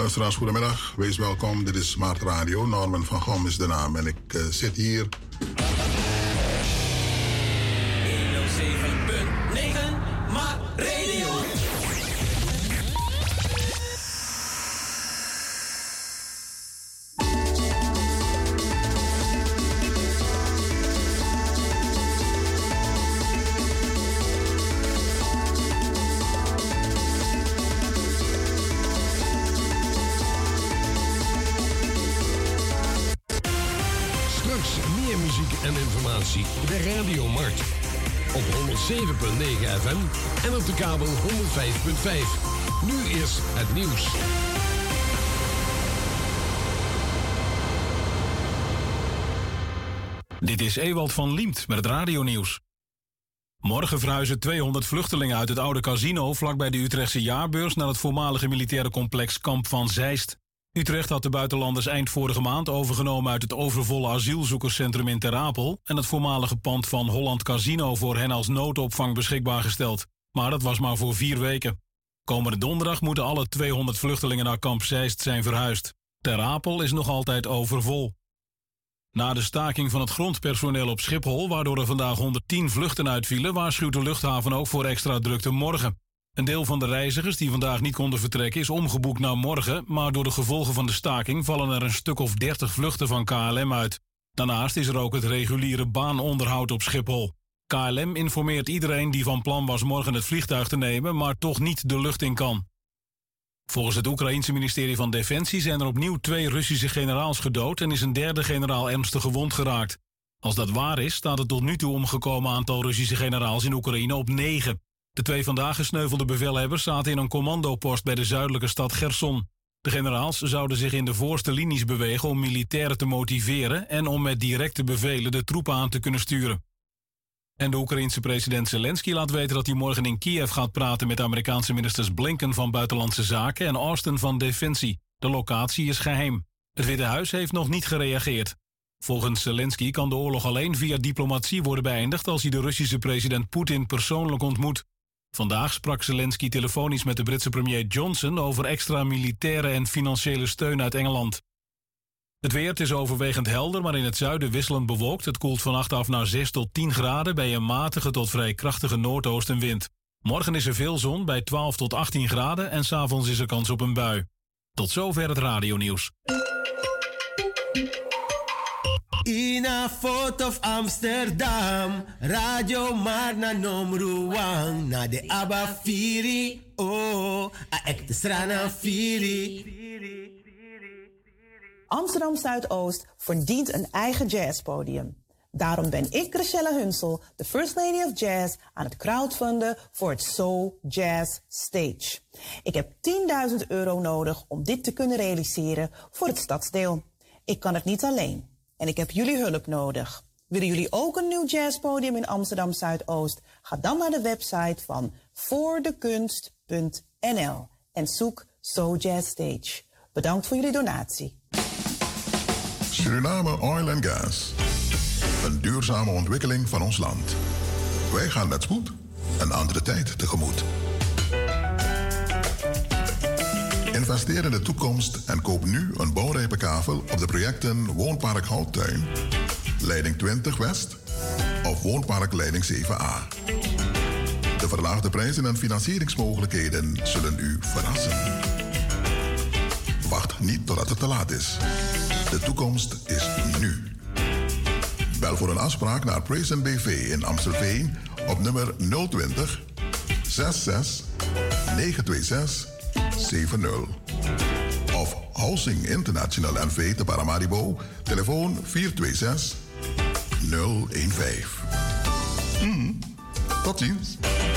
luisteraars, goedemiddag. Wees welkom. Dit is Smart Radio. Norman van Gom is de naam. En ik zit hier... 107.9 Smart Radio. En informatie bij Radio Mart. Op 107.9 FM en op de kabel 105.5. Nu is het nieuws. Dit is Ewald van Liemt met het radionieuws. Morgen verhuizen 200 vluchtelingen uit het oude casino vlakbij de Utrechtse jaarbeurs naar het voormalige militaire complex Kamp van Zeist. Utrecht had de buitenlanders eind vorige maand overgenomen uit het overvolle asielzoekerscentrum in Ter Apel en het voormalige pand van Holland Casino voor hen als noodopvang beschikbaar gesteld. Maar dat was maar voor 4 weken. Komende donderdag moeten alle 200 vluchtelingen naar Kamp Zeist zijn verhuisd. Ter Apel is nog altijd overvol. Na de staking van het grondpersoneel op Schiphol, waardoor er vandaag 110 vluchten uitvielen, waarschuwt de luchthaven ook voor extra drukte morgen. Een deel van de reizigers die vandaag niet konden vertrekken is omgeboekt naar morgen, maar door de gevolgen van de staking vallen er een stuk of 30 vluchten van KLM uit. Daarnaast is er ook het reguliere baanonderhoud op Schiphol. KLM informeert iedereen die van plan was morgen het vliegtuig te nemen, maar toch niet de lucht in kan. Volgens het Oekraïense ministerie van Defensie zijn er opnieuw 2 Russische generaals gedood en is een 3e generaal ernstig gewond geraakt. Als dat waar is, staat het tot nu toe omgekomen aantal Russische generaals in Oekraïne op 9. De 2 vandaag gesneuvelde bevelhebbers zaten in een commandopost bij de zuidelijke stad Gerson. De generaals zouden zich in de voorste linies bewegen om militairen te motiveren en om met directe bevelen de troepen aan te kunnen sturen. En de Oekraïense president Zelensky laat weten dat hij morgen in Kiev gaat praten met de Amerikaanse ministers Blinken van Buitenlandse Zaken en Austin van Defensie. De locatie is geheim. Het Witte Huis heeft nog niet gereageerd. Volgens Zelensky kan de oorlog alleen via diplomatie worden beëindigd als hij de Russische president Poetin persoonlijk ontmoet. Vandaag sprak Zelensky telefonisch met de Britse premier Johnson over extra militaire en financiële steun uit Engeland. Het weer, het is overwegend helder, maar in het zuiden wisselend bewolkt. Het koelt vannacht af naar 6 tot 10 graden bij een matige tot vrij krachtige noordoostenwind. Morgen is er veel zon bij 12 tot 18 graden en 's avonds is er kans op een bui. Tot zover het radionieuws. Ina Fort of Amsterdam, Radio Marna Nomruang, na de Abba Firi, oh, a ekte strana Firi. Amsterdam Zuidoost verdient een eigen jazzpodium. Daarom ben ik, Chriselle Hunsel, de First Lady of Jazz, aan het crowdfunden voor het Soul Jazz Stage. Ik heb €10.000 nodig om dit te kunnen realiseren voor het stadsdeel. Ik kan het niet alleen. En ik heb jullie hulp nodig. Willen jullie ook een nieuw jazzpodium in Amsterdam Zuidoost? Ga dan naar de website van voordekunst.nl en zoek Soul Jazz Stage. Bedankt voor jullie donatie. Suriname Oil and Gas. Een duurzame ontwikkeling van ons land. Wij gaan met spoed een andere tijd tegemoet. Investeer in de toekomst en koop nu een bouwrijpe kavel op de projecten Woonpark Houttuin, Leiding 20 West of Woonpark Leiding 7A. De verlaagde prijzen en financieringsmogelijkheden zullen u verrassen. Wacht niet totdat het te laat is. De toekomst is nu. Bel voor een afspraak naar Praisen BV in Amstelveen op nummer 020 66 926 70. Of Housing International NV te Paramaribo, telefoon 426 015. Tot ziens.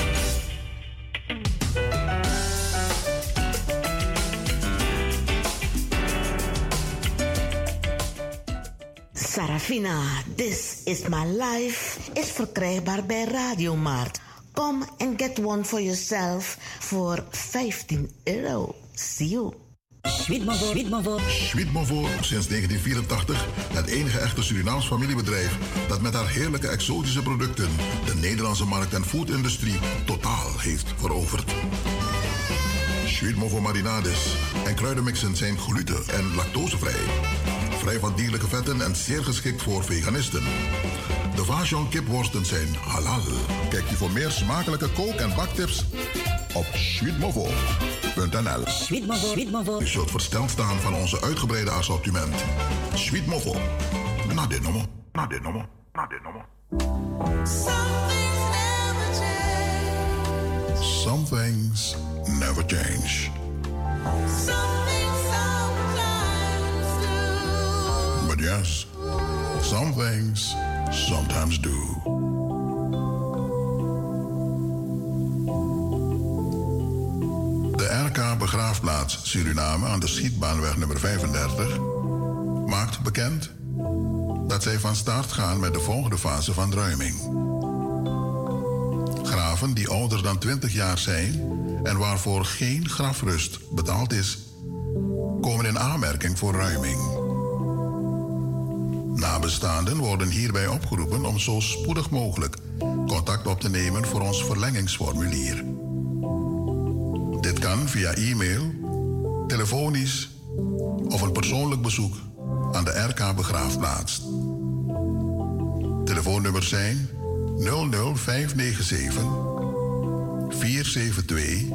Sarafina, This is My Life is verkrijgbaar bij Radiomarkt. Come and get one for yourself voor €15. See you. Schmidmovo sinds 1984 het enige echte Surinaams familiebedrijf dat met haar heerlijke exotische producten de Nederlandse markt en foodindustrie totaal heeft veroverd. Sweet Mofo marinades en kruidenmixen zijn gluten- en lactosevrij. Vrij van dierlijke vetten en zeer geschikt voor veganisten. De Vachon kipworsten zijn halal. Kijk je voor meer smakelijke kook- en baktips op sweetmofo.nl. U zult versteld staan van onze uitgebreide assortiment. Sweet Mofo. Na dit nummer. Some things never change. But yes, some things sometimes do. De RK Begraafplaats Suriname aan de Schietbaanweg nummer 35 maakt bekend dat zij van start gaan met de volgende fase van ruiming. Graven die ouder dan 20 jaar zijn en waarvoor geen grafrust betaald is, komen in aanmerking voor ruiming. Nabestaanden worden hierbij opgeroepen om zo spoedig mogelijk contact op te nemen voor ons verlengingsformulier. Dit kan via e-mail, telefonisch of een persoonlijk bezoek aan de RK Begraafplaats. Telefoonnummers zijn 00597 472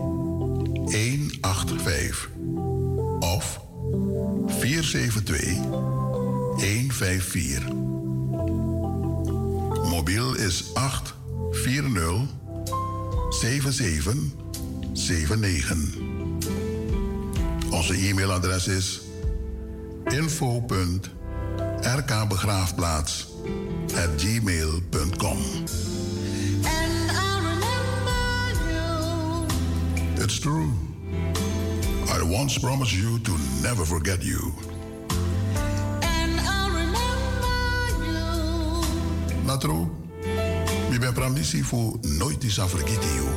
185 of 472 154. Mobiel is 840 7779. Onze e-mailadres is info.rkbegraafplaats@gmail.com. It's true. I once promised you to never forget you. Natro, mi ben pramisi fu nooit is vergeten you.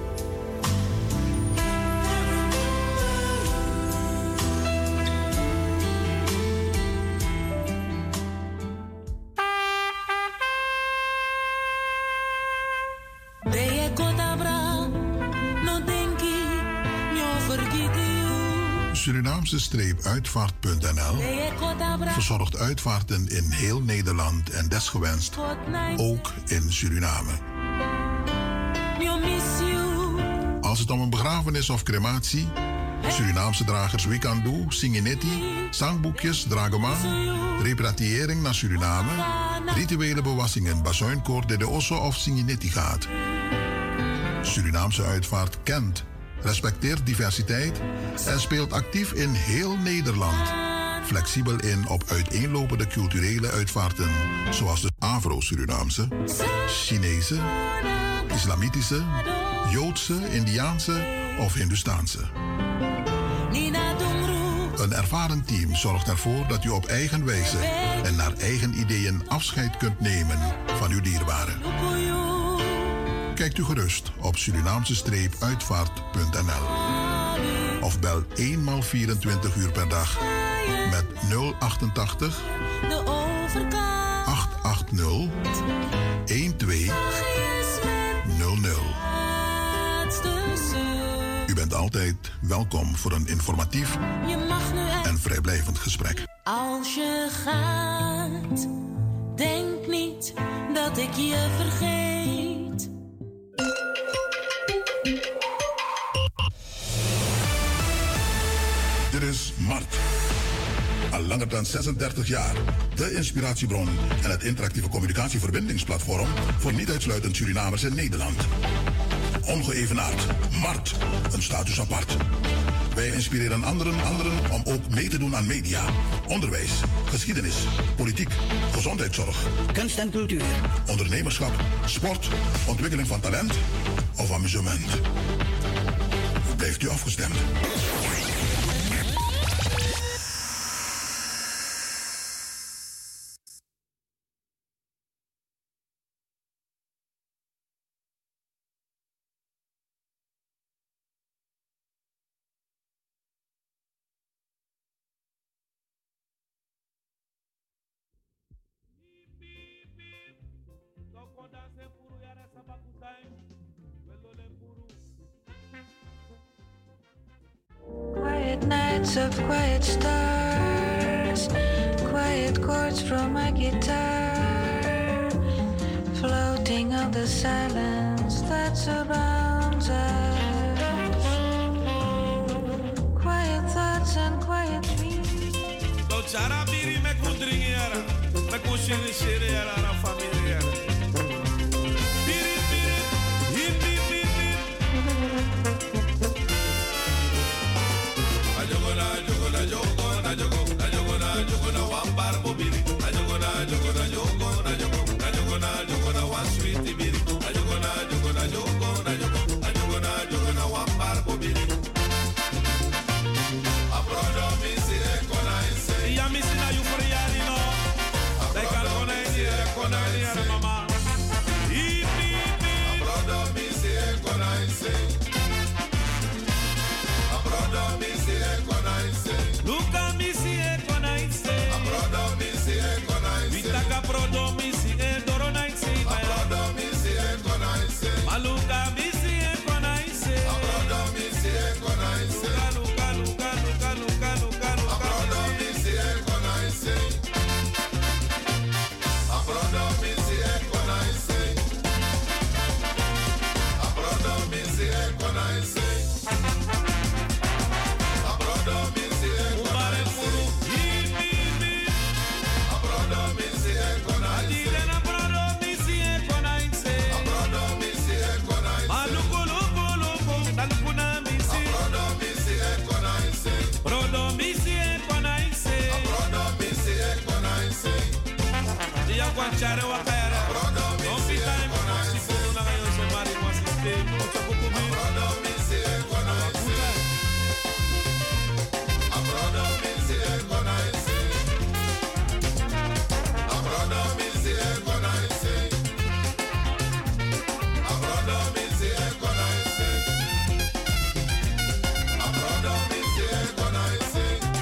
Surinaamse-uitvaart.nl verzorgt uitvaarten in heel Nederland en desgewenst ook in Suriname. Als het om een begrafenis of crematie, Surinaamse dragers Wikandu, Singinetti, zangboekjes, dragoma, repatriëring naar Suriname, rituele bewassingen, bazuinkoor, de osso of Singinetti gaat. Surinaamse uitvaart kent, respecteert diversiteit en speelt actief in heel Nederland. Flexibel in op uiteenlopende culturele uitvaarten, zoals de Afro-Surinaamse, Chinese, Islamitische, Joodse, Indiaanse of Hindustaanse. Een ervaren team zorgt ervoor dat u op eigen wijze en naar eigen ideeën afscheid kunt nemen van uw dierbaren. Kijkt u gerust op Surinaamse-uitvaart.nl of bel 1x24 uur per dag met 088 880 1200. U bent altijd welkom voor een informatief en vrijblijvend gesprek. Als je gaat, denk niet dat ik je vergeet. Dit is Mart. Al langer dan 36 jaar. De inspiratiebron en het interactieve communicatieverbindingsplatform voor niet uitsluitend Surinamers in Nederland. Ongeëvenaard. Mart. Een status apart. Wij inspireren anderen om ook mee te doen aan media, onderwijs, geschiedenis, politiek, gezondheidszorg, kunst en cultuur, ondernemerschap, sport, ontwikkeling van talent of amusement. Blijft u afgestemd? quiet nights of quiet stars, quiet chords from my guitar, floating on the silence that surrounds us. Quiet thoughts and quiet dreams. Do chara biri me kudringiera, me kushiri shiri era na familia. Biri biri, hip hip hip hip. Ajogona ajogona jogona jogona ajogona ajogona wambar bobiri. Ajogona ajogona jogona jogona ajogona ajogona one sweet biri. Ajogona ajogona jogona jogona ajogona ajogona wambar bobiri. Abrodo misi ekona ise. Ya misi na you for yari no. Like algona ise ekona ise mama. Ipi ipi. Abrodo misi ekona ise. Abrodo misi ekona ise. Luka misi ekona ise. Abrodo misi ekona ise. Vitaka prodo misi edorona ise. Abrodo misi ekona ise. Maluka misi ekona ise. Abrodo misi ekona ise. Luka luka luka luka luka luka. Abrodo misi ekona ise. Abrodo misi ekona ise. Abrodo misi ekona ise. Abrodo misi ekona ise. Abrodo misi ekona ise. Abrodo misi ekona ise. Abrodo misi ekona ise. Maluku luku luku nalukuna misi. Abrodo misi ekona ise. Abrodo misi ekona ise. Abrodo misi ekona ise. Dia guanchare wakayara. Abrodo misi ekona ise. Na yo se mari kwa system. Abrodo misi ekona ise. Abrodo misi ekona ise. Abrodo misi ekona ise. Abrodo misi ekona ise. Abrodo misi ekona ise.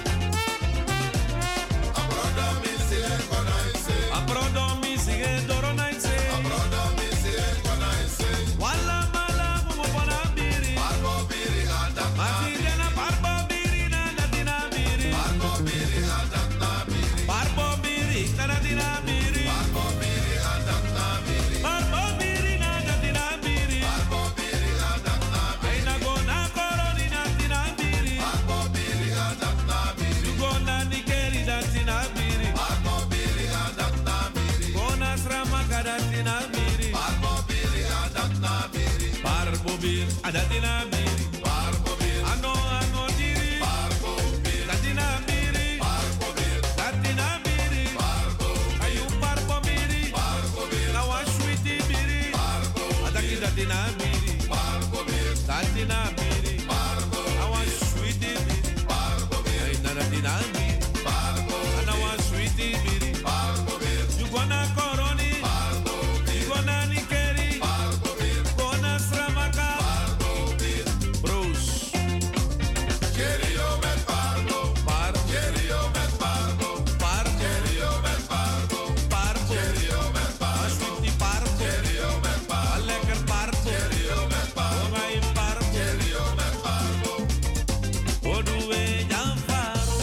Abrodo misi ekona ise. Abrodo misi edorona ise. Abrodo misi ekona ise. Wala mala mumopona biri. Barbo biri adak na biri. Barbo biri na natina biri. Barbo biri adak na biri. Barbo biri na natina biri. Barbo biri adak na biri. Barbo biri na natina biri. Barbo biri adak na biri. Aina go na koroni natina biri. Barbo biri adak na biri. Go na nikeri natina biri. Barbo biri adak na biri. Go na srama kadatina biri. Barbo biri adak na biri. Barbo biri adatina biri. Barbo biri ano ano diri. Barbo biri datina biri. Barbo biri datina biri. Barbo ayu barbo biri. Barbo biri na wa sweetie biri. Barbo adaki datina biri. Barbo biri datina biri. Barbo awa sweetie biri. Barbo biri ay na datina biri. Barbo ana wa sweetie biri. Barbo biri you gonna koroni. Barbo biri you gonna nikeri. Barbo biri gonna sramaka. Barbo biri bros Kerio met Barbo. Barbo Kerio met Barbo. Barbo Kerio met Barbo. Barbo Kerio met Barbo. Sweetie Barbo Kerio met Barbo. Lekker Barbo Kerio met Barbo. Ngai Barbo Kerio met Barbo. Oduwe jamfaro.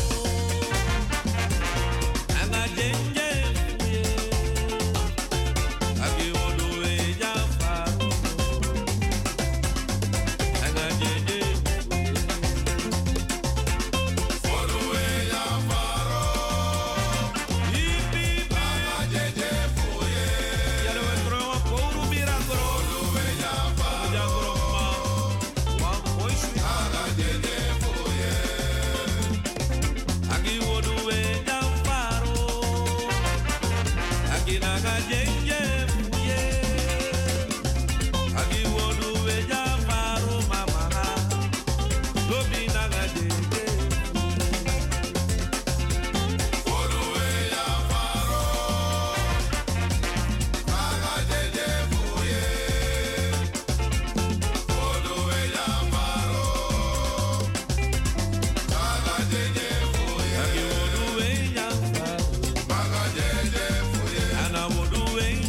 Anga jenje fuye. Aki oduwe jamfaro. Anga jenje fuye. Oduwe jamfaro. Hipi anga jenje fuye. Yalo entro a pouru miragro. Oduwe jamfaro. Miragro ma. Wan boy anga jenje fuye. Aki oduwe jamfaro. Aki naga jenje fuye. Aki oduwe jamfaro mama. Lobi naga jenje. Oduwe jamfaro. Naga jenje fuye. Oduwe jamfaro. Naga jenje fuye. Aki oduwe jamfaro. Naga jenje fuye. Ana oduwe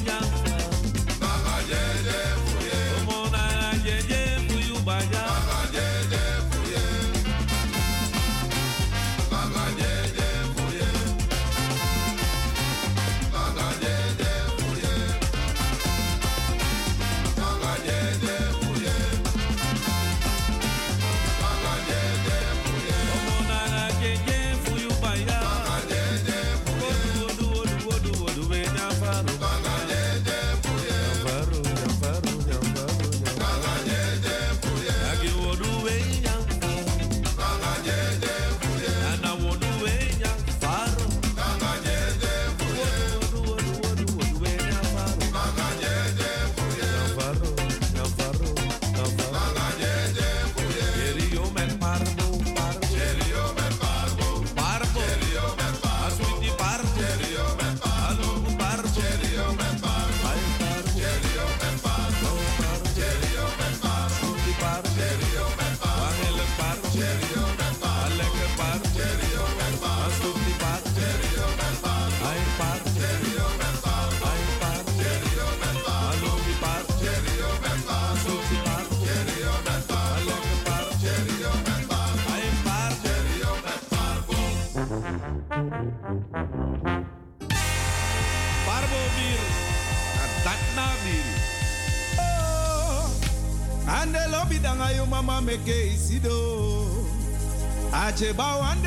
danga yo mama meke isido. Acheba one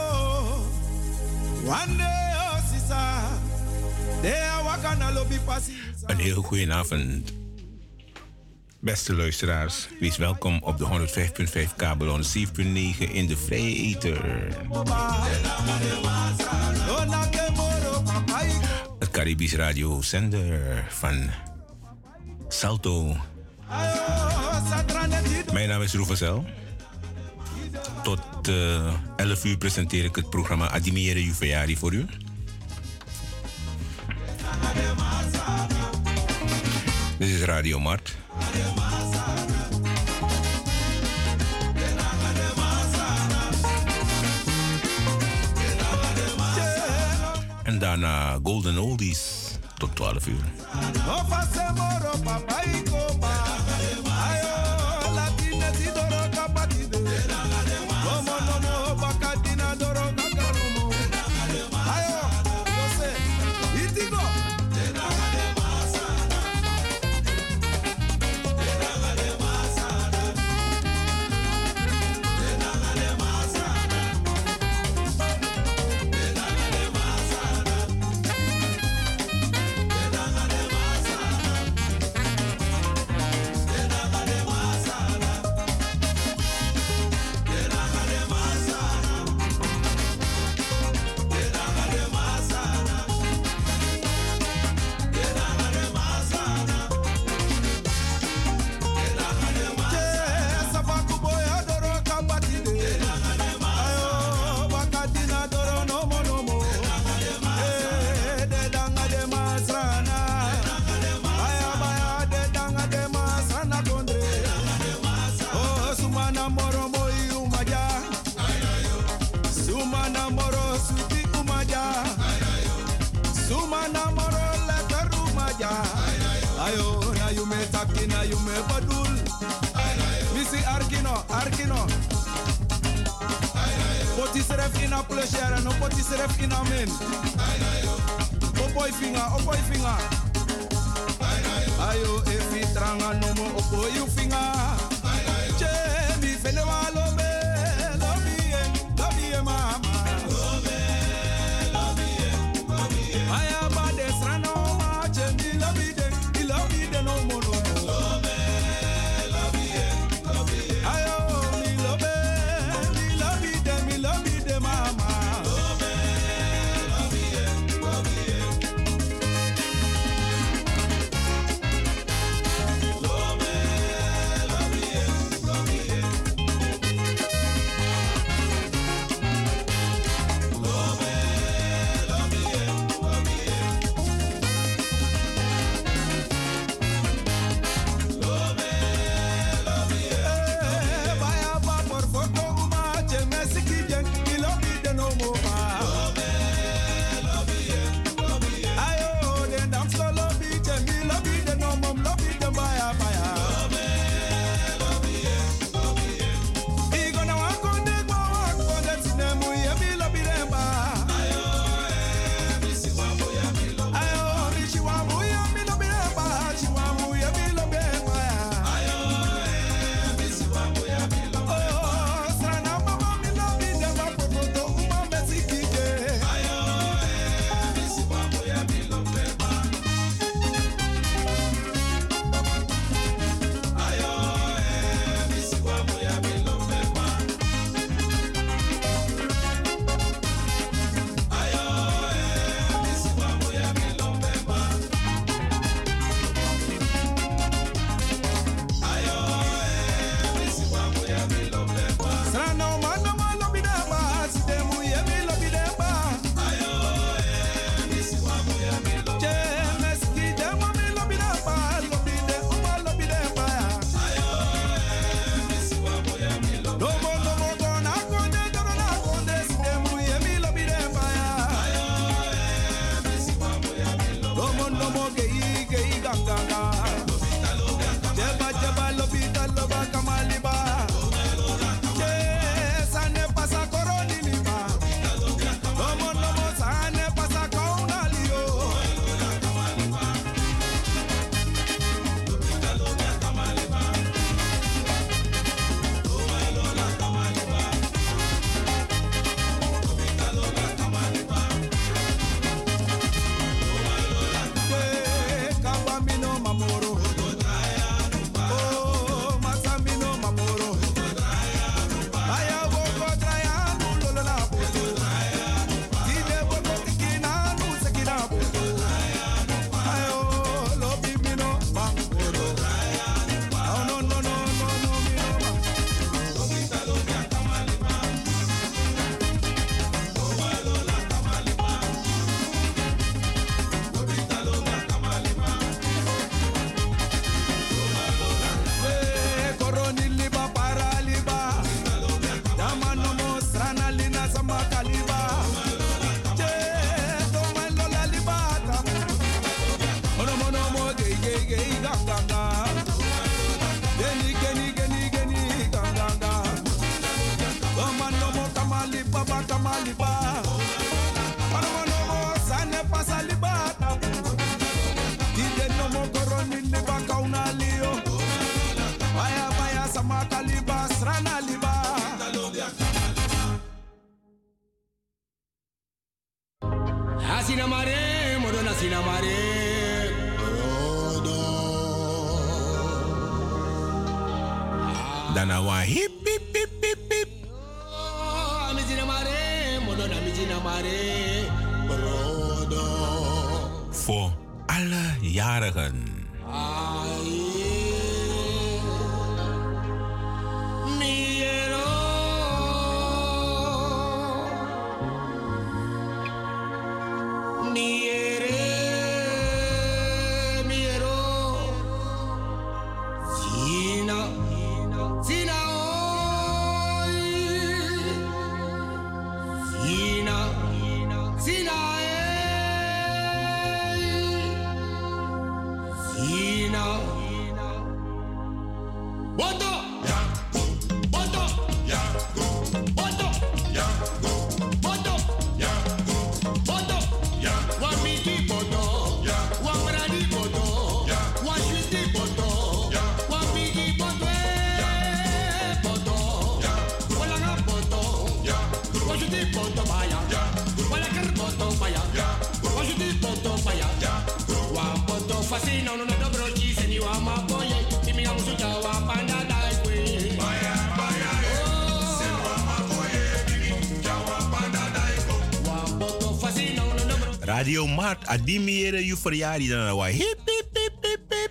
day oh sisa. Dea wakana lobi pasi. Een heel goeie avond. Beste luisteraars, wees welkom op de 105.5 kabel 107.9 in de vrije ether. Het Caribisch radiozender van Salto. Mijn naam is Roevezel. Tot 11 uur presenteer ik het programma Adimiere Juveari voor u. Dit is Radio Mart. En daarna Golden Oldies tot 12 uur. baka maliba. Manomo sane pasa libata. Dide no mo koroni libaka unalio. Baya baya samaka liba srana liba. Asina mare, modona asina mare. Dana wa hip hip hip hip hip. Amizina mare, modona amizina mare. Brodo. Voor alle jarigen. Radio Mart, adimere je verjaardag dan wa hip hip hip hip hip.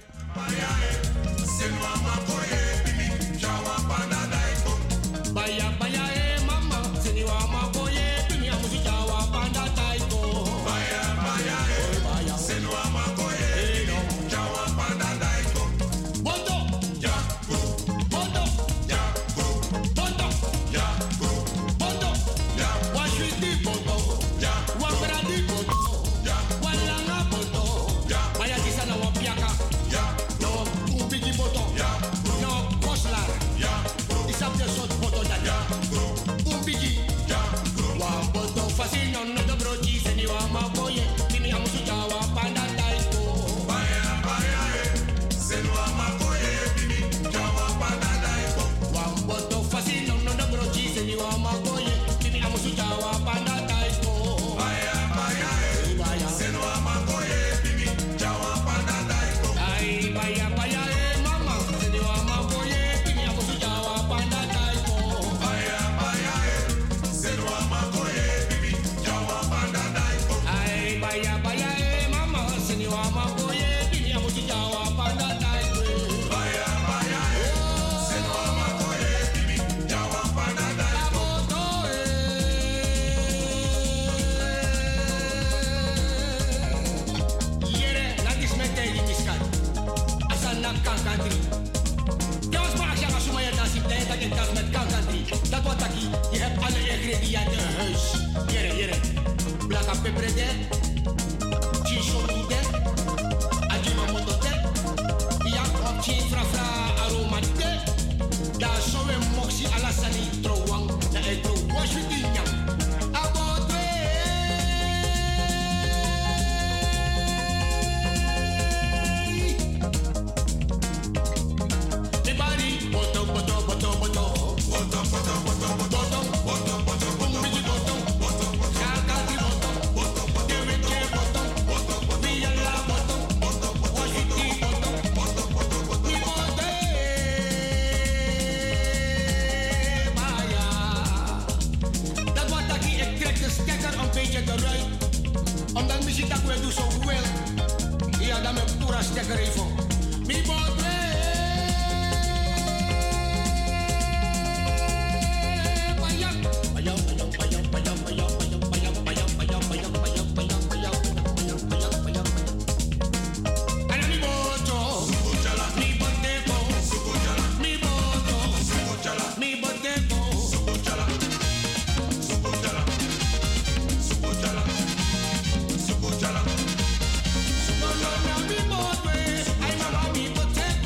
Take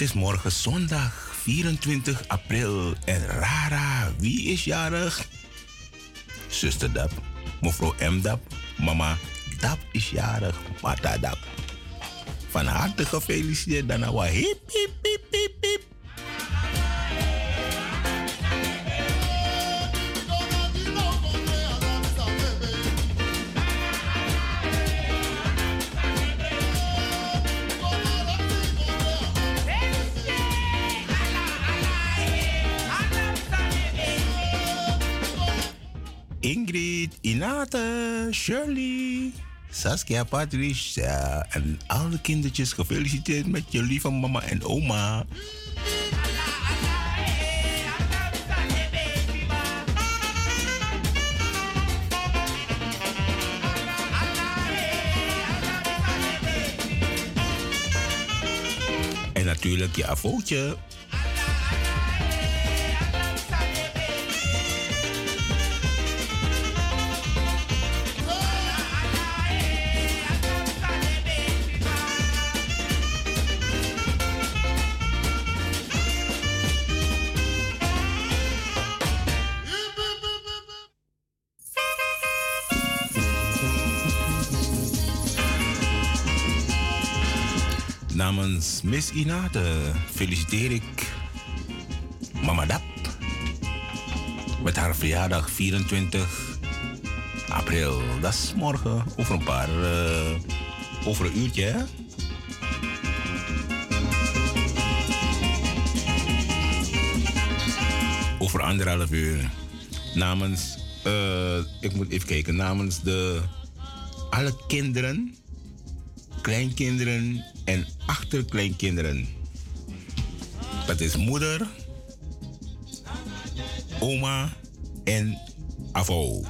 is morgen zondag 24 april. En Rara, wie is jarig? Zuster Dap, mevrouw M. Dap, mama Dap is jarig, Mata Dap. Van harte gefeliciteerd, Danawa. Hip, hip, hip, hip, hip. Ingrid, Inata, Shirley, Saskia, Patricia en alle kindertjes gefeliciteerd met je lieve mama en oma. En natuurlijk je avootje. Namens Miss Inade feliciteer ik Mama Dap met haar verjaardag 24 april. Dat is morgen over over een uurtje, hè? Over 1,5 uur. Namens, ik moet even kijken, namens alle kinderen, kleinkinderen en achterkleinkinderen. Dat is moeder, oma en avo.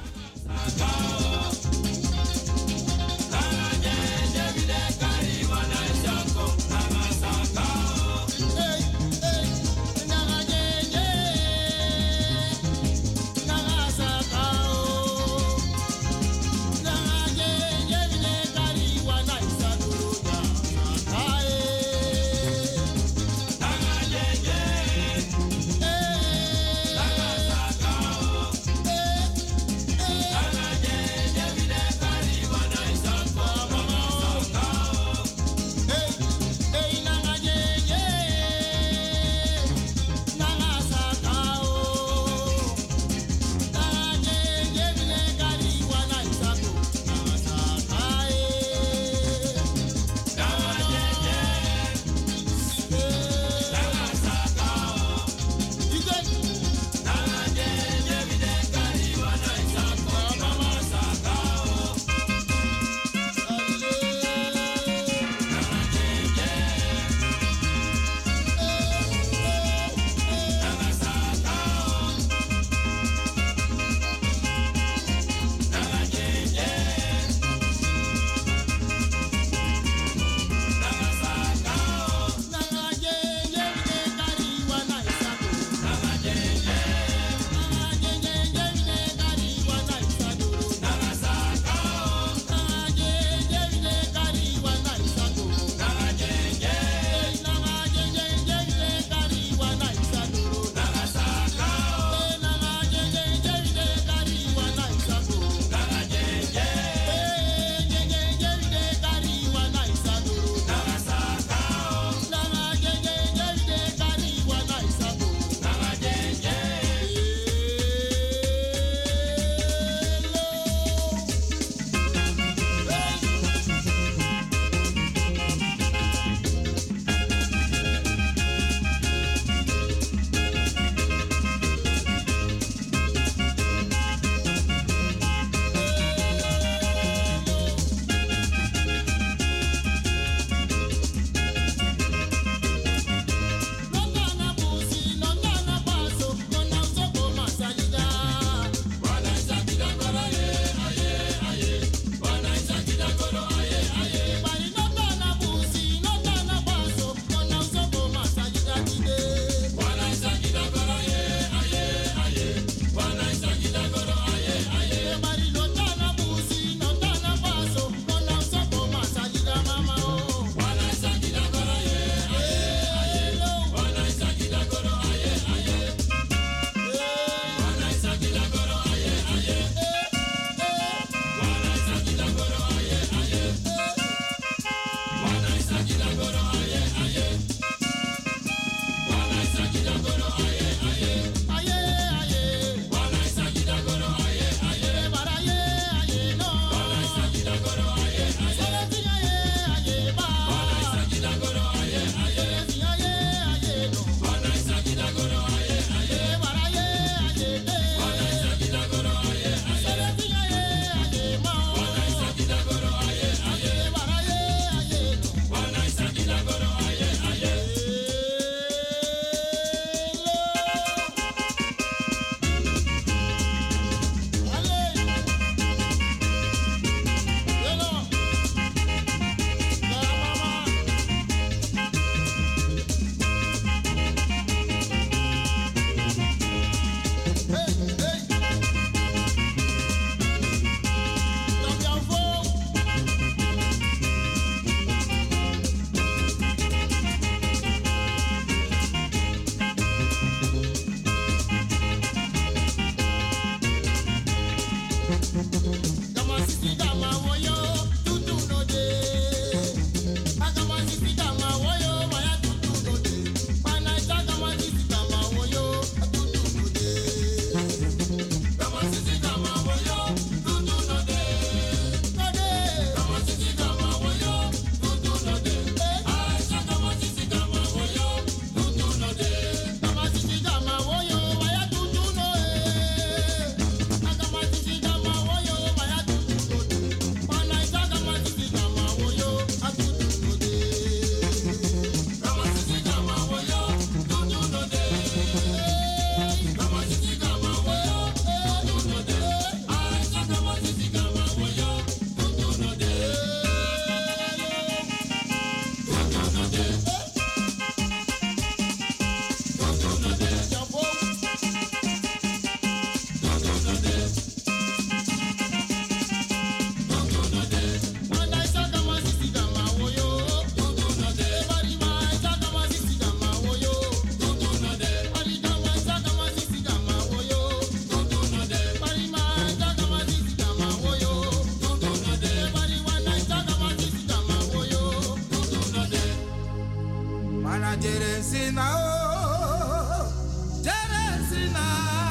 Jeresina oh, Jeresina,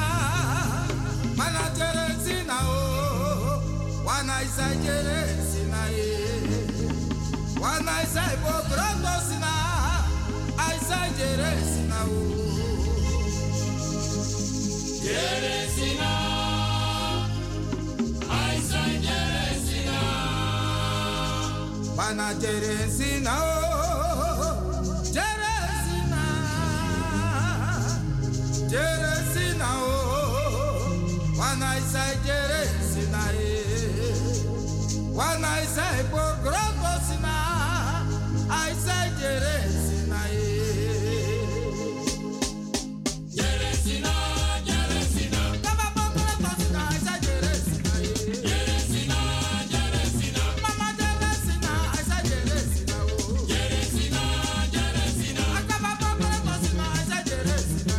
mana Jeresina oh, wana isa Jeresina wana isa Bogroto sina, isa Jeresina oh, Jeresina, isa Jeresina, mana Jeresina oh. Jeresina oh, wana isa Jeresina wana isa Bogroto sina, isa Jeresina Jeresina, Jeresina, kaba Bogroto sina, isa Jeresina Jeresina, Jeresina, mama Jeresina, isa Jeresina oh, Jeresina, Jeresina, kaba Bogroto sina, isa Jeresina.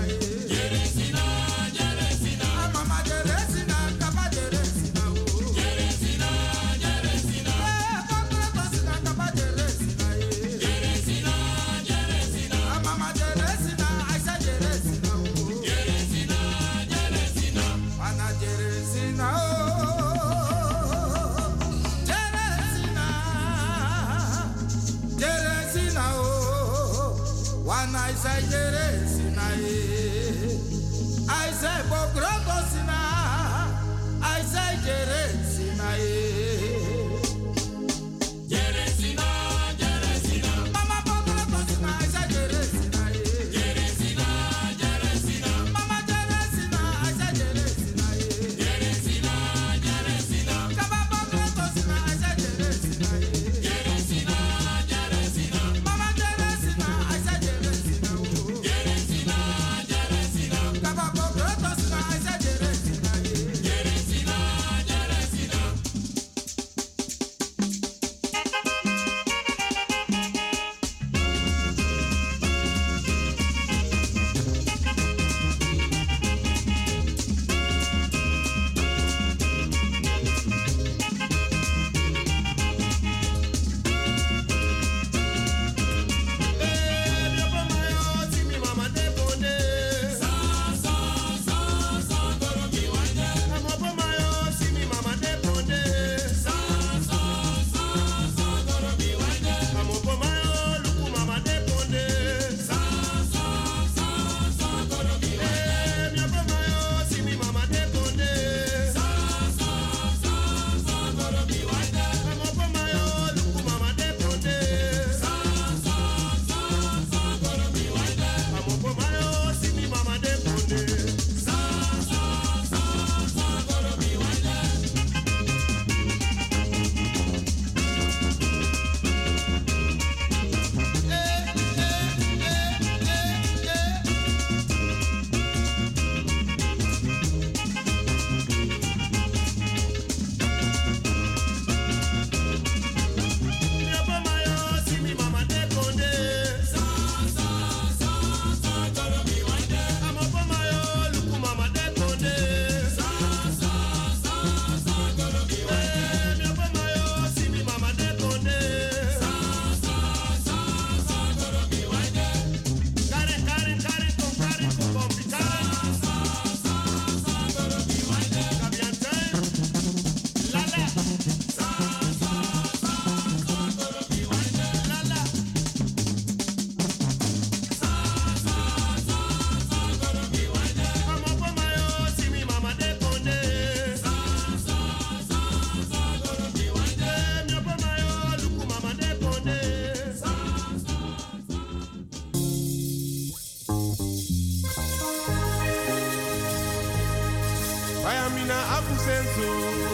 senso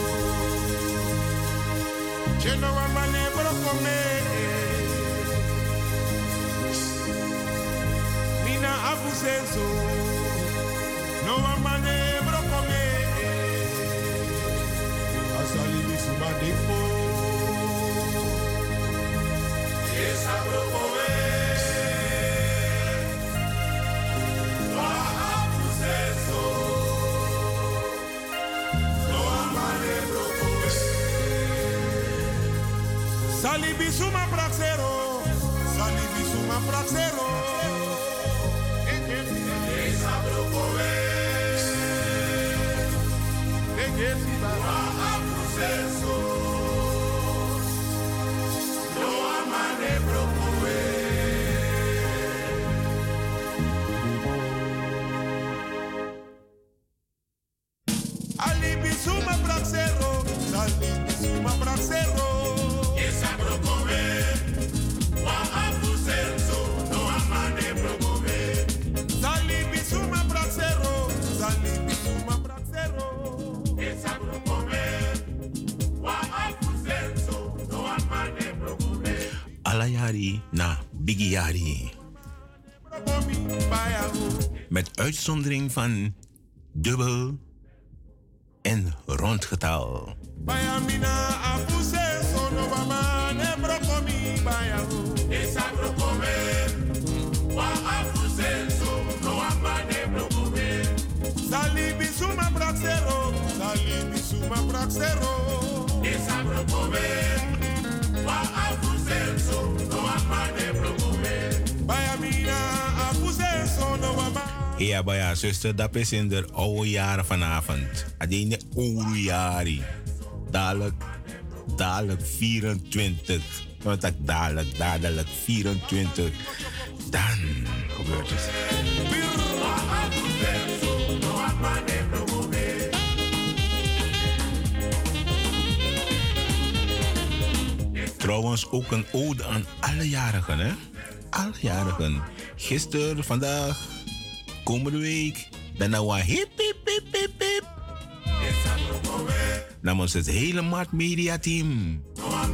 Cheno wa mane brokome Mina abu senso No wa mane brokome Asali bisuma defo Esa brokome Salibi suma praxero, Alayari na Bigiari. Met uitzondering van dubbel en rondgetal. Bayamina afuse sono mama ne brokomi bayahu. Esa brokome. Wa afuse sono mama ne brokome. Sali bisuma braxero, sali bisuma braxero. Esa brokome. Wa afuse sono mama ne brokome. Bayamina afuse sono mama. Ja, baya, zuster, dat is in de oude jaren vanavond. Alleen de oude jaren. Dadelijk 24. Want dat dadelijk 24. Dan gebeurt het. Trouwens ook een ode aan alle jarigen, hè? Alle jarigen. Gisteren, vandaag, komende week. Daarna wa hip hip hip hip hip. Namens het hele Mart Media Team.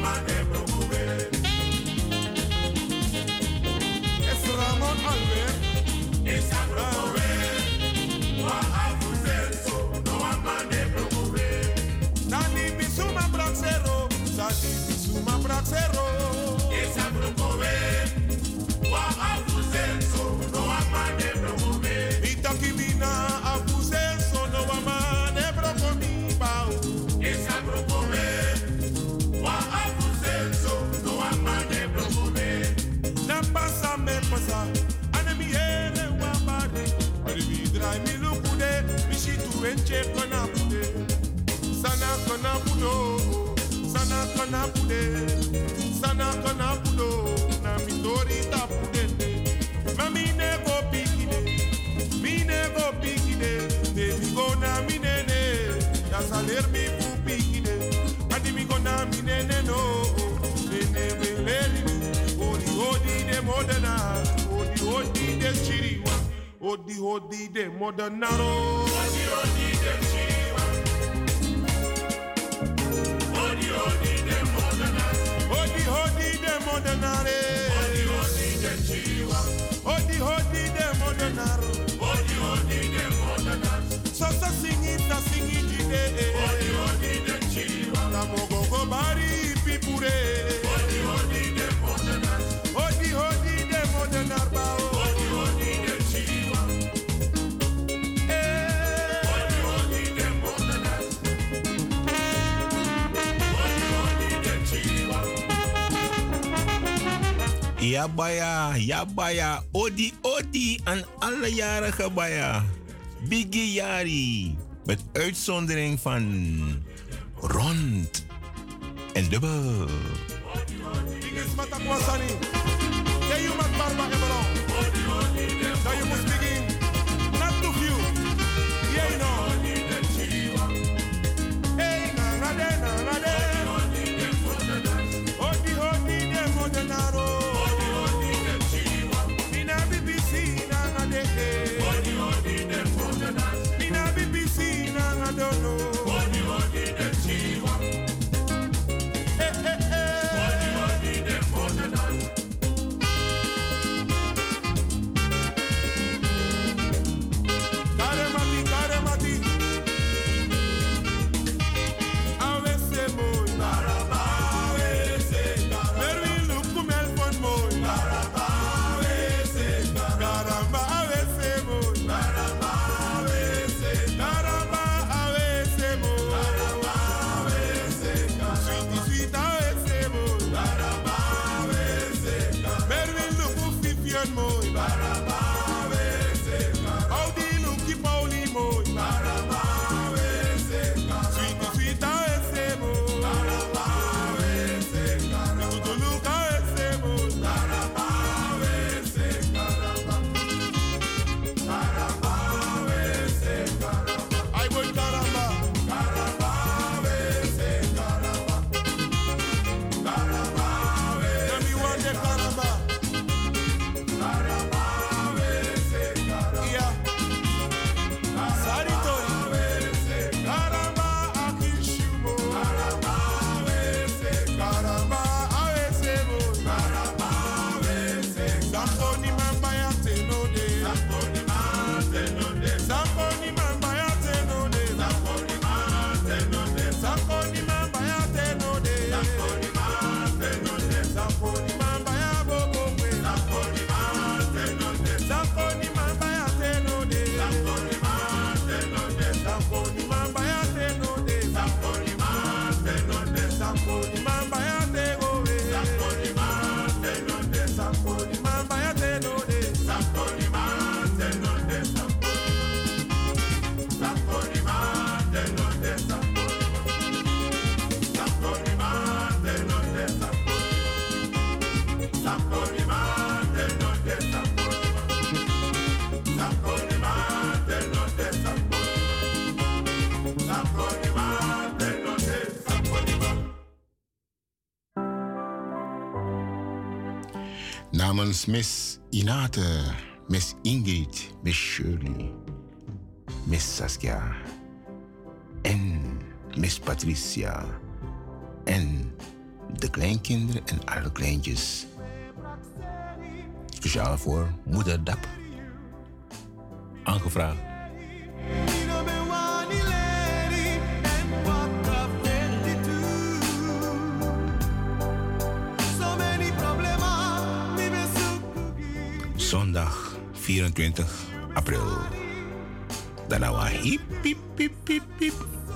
Sana kona pudo na mitori tapude. Mamine go pikide, mine go pikide. De mi go na minene, ya saler mi pu pikide. Adi mi go na minene no, nene beleri mi. Odi odi de modena, odi odi de chiriwa, odi odi de modenaro, odi odi de chiriwa, odi odi de modenaro. Hodi de modenare. Hodi hodi de chiwa. Hodi hodi de modenaro. Hodi hodi de modenar. So sing it de. Hodi hodi de chiwa. La mogo go bari pipure. Hodi hodi de modenar. Hodi hodi de modenar bao. Hodi hodi de chiwa. Hodi hodi de modenar. Hodi hodi de chiwa. Ja baya, odi odi aan alle jarige baya. Biggie Jari. Met uitzondering van rond en dubbel. Namens Miss Inate, Miss Ingrid, Miss Shirley, Miss Saskia en Miss Patricia en de kleinkinderen en alle kleintjes. Speciaal voor moeder Dap. Aangevraagd. Zondag 24 april. Daarna was hip, hip, hip, hip, hip.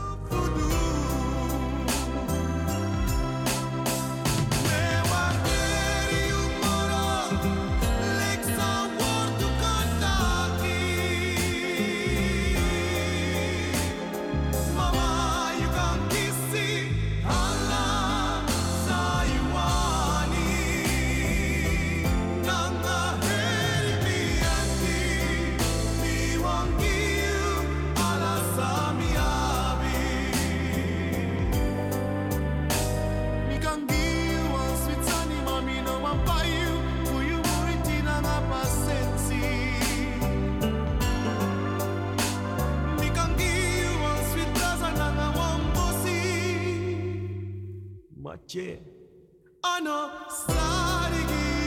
Yeah. I know, sorry,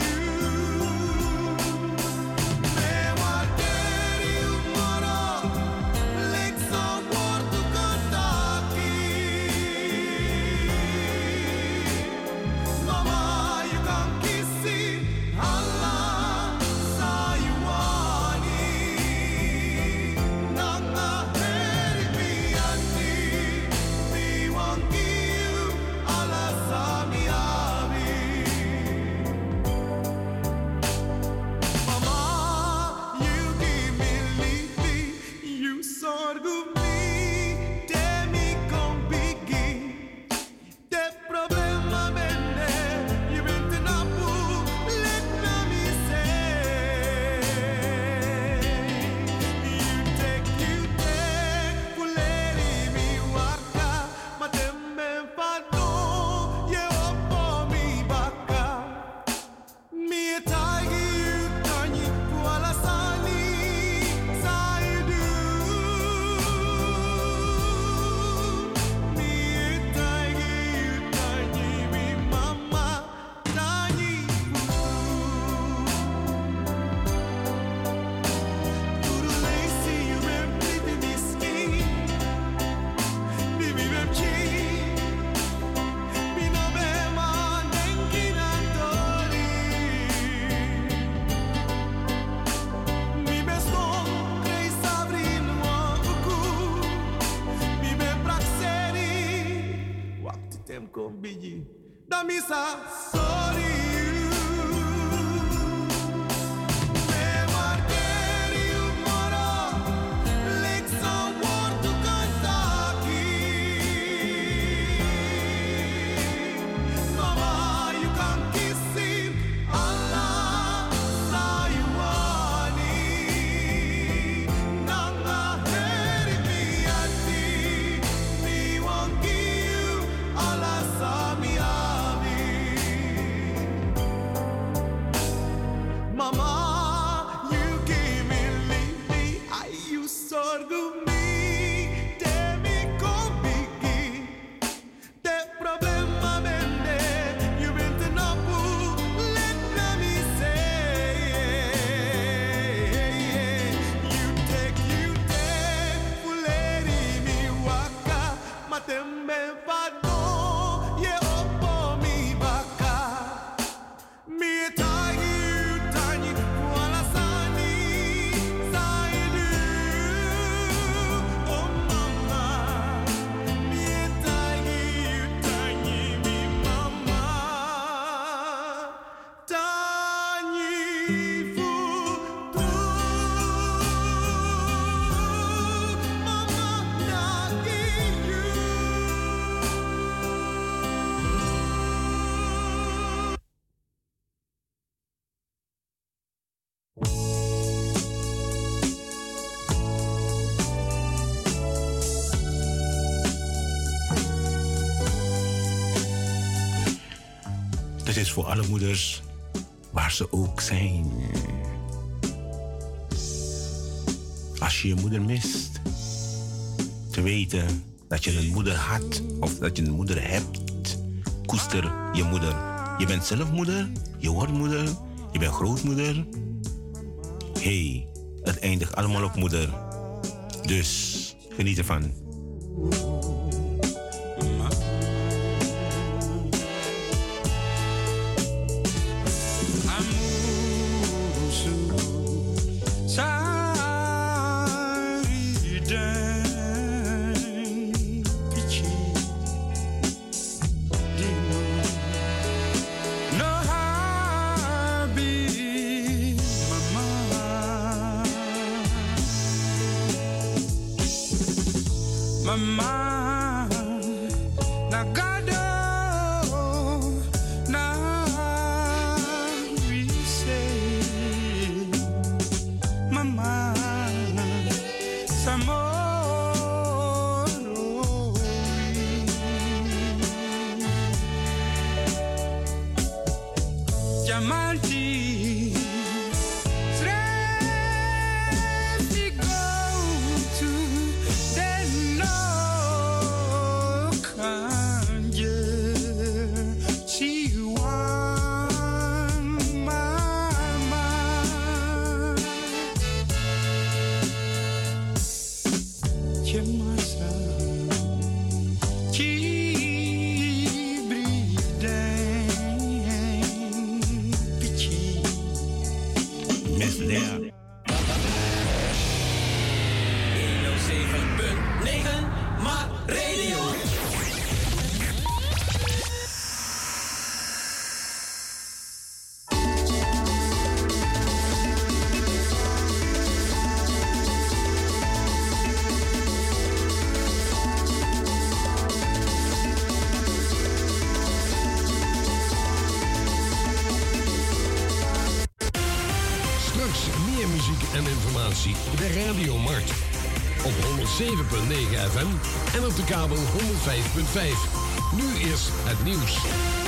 Damisa, sorry. Dit is voor alle moeders waar ze ook zijn. Als je je moeder mist, te weten dat je een moeder had of dat je een moeder hebt, koester je moeder. Je bent zelf moeder, je wordt moeder, je bent grootmoeder. Hey, het eindigt allemaal op moeder. Dus geniet ervan. De Radiomarkt. Op 107.9 FM en op de kabel 105.5. Nu is het nieuws.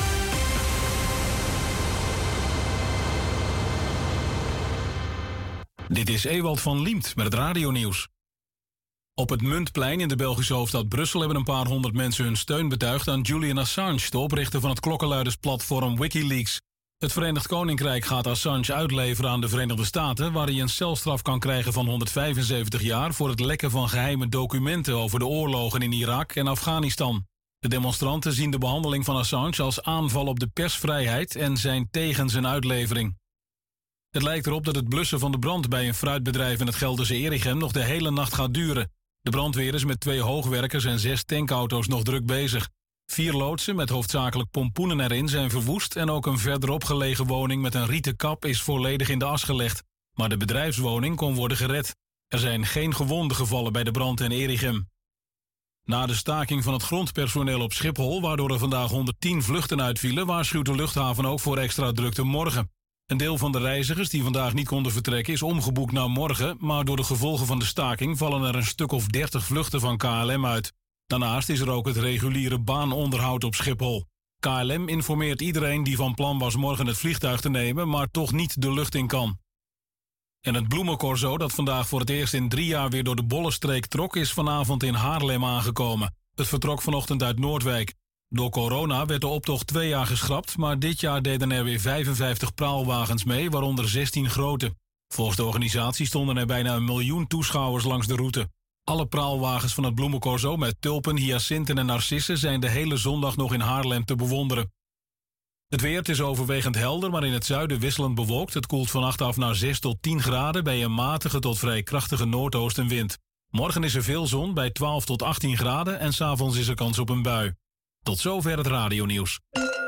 Dit is Ewald van Liemt met het radionieuws. Op het Muntplein in de Belgische hoofdstad Brussel hebben een paar honderd mensen hun steun betuigd aan Julian Assange, de oprichter van het klokkenluidersplatform WikiLeaks. Het Verenigd Koninkrijk gaat Assange uitleveren aan de Verenigde Staten, waar hij een celstraf kan krijgen van 175 jaar voor het lekken van geheime documenten over de oorlogen in Irak en Afghanistan. De demonstranten zien de behandeling van Assange als aanval op de persvrijheid en zijn tegen zijn uitlevering. Het lijkt erop dat het blussen van de brand bij een fruitbedrijf in het Gelderse Erichem nog de hele nacht gaat duren. De brandweer is met 2 hoogwerkers en 6 tankauto's nog druk bezig. 4 loodsen met hoofdzakelijk pompoenen erin zijn verwoest en ook een verderop gelegen woning met een rieten kap is volledig in de as gelegd. Maar de bedrijfswoning kon worden gered. Er zijn geen gewonden gevallen bij de brand in Erichem. Na de staking van het grondpersoneel op Schiphol, waardoor er vandaag 110 vluchten uitvielen, waarschuwt de luchthaven ook voor extra drukte morgen. Een deel van de reizigers die vandaag niet konden vertrekken is omgeboekt naar morgen, maar door de gevolgen van de staking vallen er een stuk of 30 vluchten van KLM uit. Daarnaast is er ook het reguliere baanonderhoud op Schiphol. KLM informeert iedereen die van plan was morgen het vliegtuig te nemen, maar toch niet de lucht in kan. En het bloemencorso, dat vandaag voor het eerst in 3 jaar weer door de Bollenstreek trok, is vanavond in Haarlem aangekomen. Het vertrok vanochtend uit Noordwijk. Door corona werd de optocht 2 jaar geschrapt, maar dit jaar deden er weer 55 praalwagens mee, waaronder 16 grote. Volgens de organisatie stonden er bijna 1 miljoen toeschouwers langs de route. Alle praalwagens van het bloemencorso met tulpen, hyacinten en narcissen zijn de hele zondag nog in Haarlem te bewonderen. Het weer is overwegend helder, maar in het zuiden wisselend bewolkt. Het koelt vannacht af naar 6 tot 10 graden bij een matige tot vrij krachtige noordoostenwind. Morgen is er veel zon bij 12 tot 18 graden en 's avonds is er kans op een bui. Tot zover het radionieuws.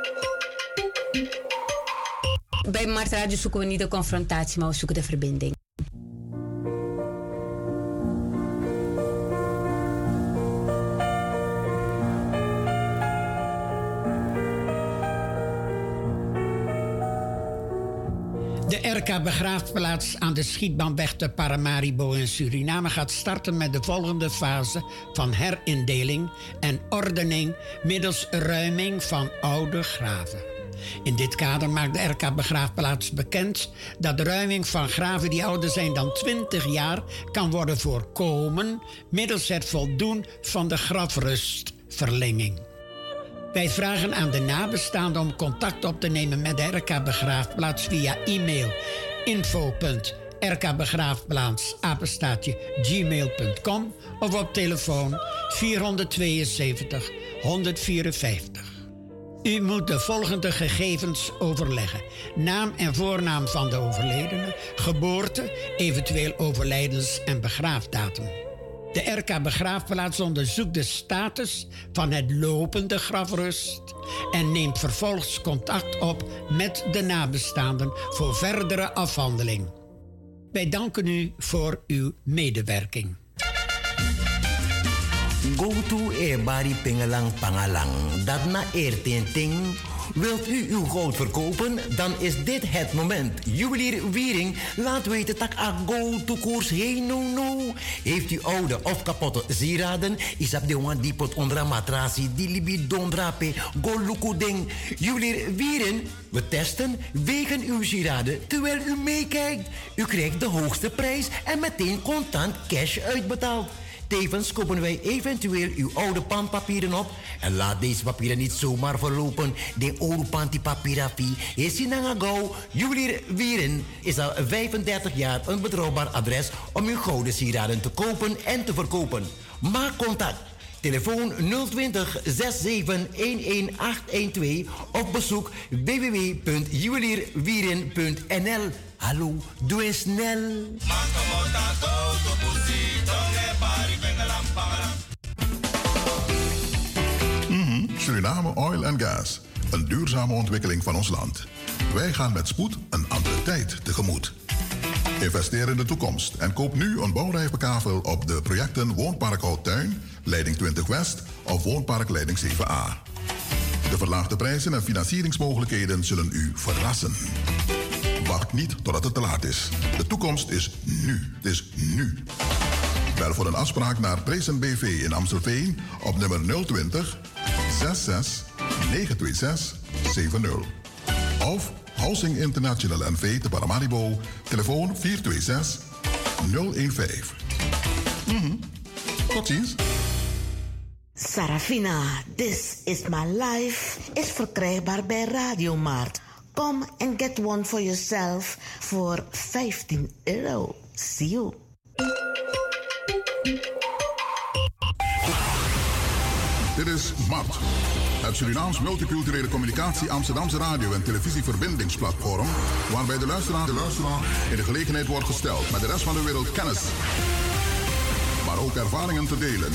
Bij Mart Radio zoeken we niet de confrontatie, maar we zoeken de verbinding. De RK-begraafplaats aan de Schietbaanweg te Paramaribo in Suriname gaat starten met de volgende fase van herindeling en ordening middels ruiming van oude graven. In dit kader maakt de RK Begraafplaats bekend dat de ruiming van graven die ouder zijn dan 20 jaar kan worden voorkomen middels het voldoen van de grafrustverlenging. Wij vragen aan de nabestaanden om contact op te nemen met de RK Begraafplaats via e-mail info.rkbegraafplaats@gmail.com of op telefoon 472 154. U moet de volgende gegevens overleggen: naam en voornaam van de overledene, geboorte, eventueel overlijdens- en begraafdatum. De RK Begraafplaats onderzoekt de status van het lopende grafrust en neemt vervolgens contact op met de nabestaanden voor verdere afhandeling. Wij danken u voor uw medewerking. Go to Ebari Pingelang Pangalang. Dat na eertenting. Wilt u uw goud verkopen? Dan is dit het moment. Juwelier Wiering laat weten dat a go to koers heen no. Heeft u oude of kapotte sieraden? Is op de one die pot onder een matrasie, die libi dondrape, go luku ding. Juwelier Wiering, we testen, wegen uw sieraden terwijl u meekijkt. U krijgt de hoogste prijs en meteen contant cash uitbetaald. Tevens kopen wij eventueel uw oude pandpapieren op. En laat deze papieren niet zomaar verlopen. De oude pantipapierapi is in Nangagau. Juwelier Wieren is al 35 jaar een betrouwbaar adres om uw gouden sieraden te kopen en te verkopen. Maak contact. Telefoon 020 67 11812 of bezoek www.juwelierwieren.nl. Hallo, doe eens snel. Suriname Oil and Gas. Een duurzame ontwikkeling van ons land. Wij gaan met spoed een andere tijd tegemoet. Investeer in de toekomst en koop nu een bouwrijpe kavel op de projecten Woonpark Houttuin, Leiding 20 West of Woonpark Leiding 7A. De verlaagde prijzen en financieringsmogelijkheden zullen u verrassen. Wacht niet totdat het te laat is. De toekomst is nu. Het is nu. Bel voor een afspraak naar Prezen BV in Amstelveen op nummer 020 66 926 70. Of Housing International NV te Paramaribo, telefoon 426 015. Tot ziens. Sarafina, This is My Life is verkrijgbaar bij Radiomarkt. Come and get one for yourself voor €15. See you. Dit is MART, het Surinaams Multiculturele Communicatie Amsterdamse radio- en televisieverbindingsplatform, waarbij de luisteraar in de gelegenheid wordt gesteld met de rest van de wereld kennis, maar ook ervaringen te delen.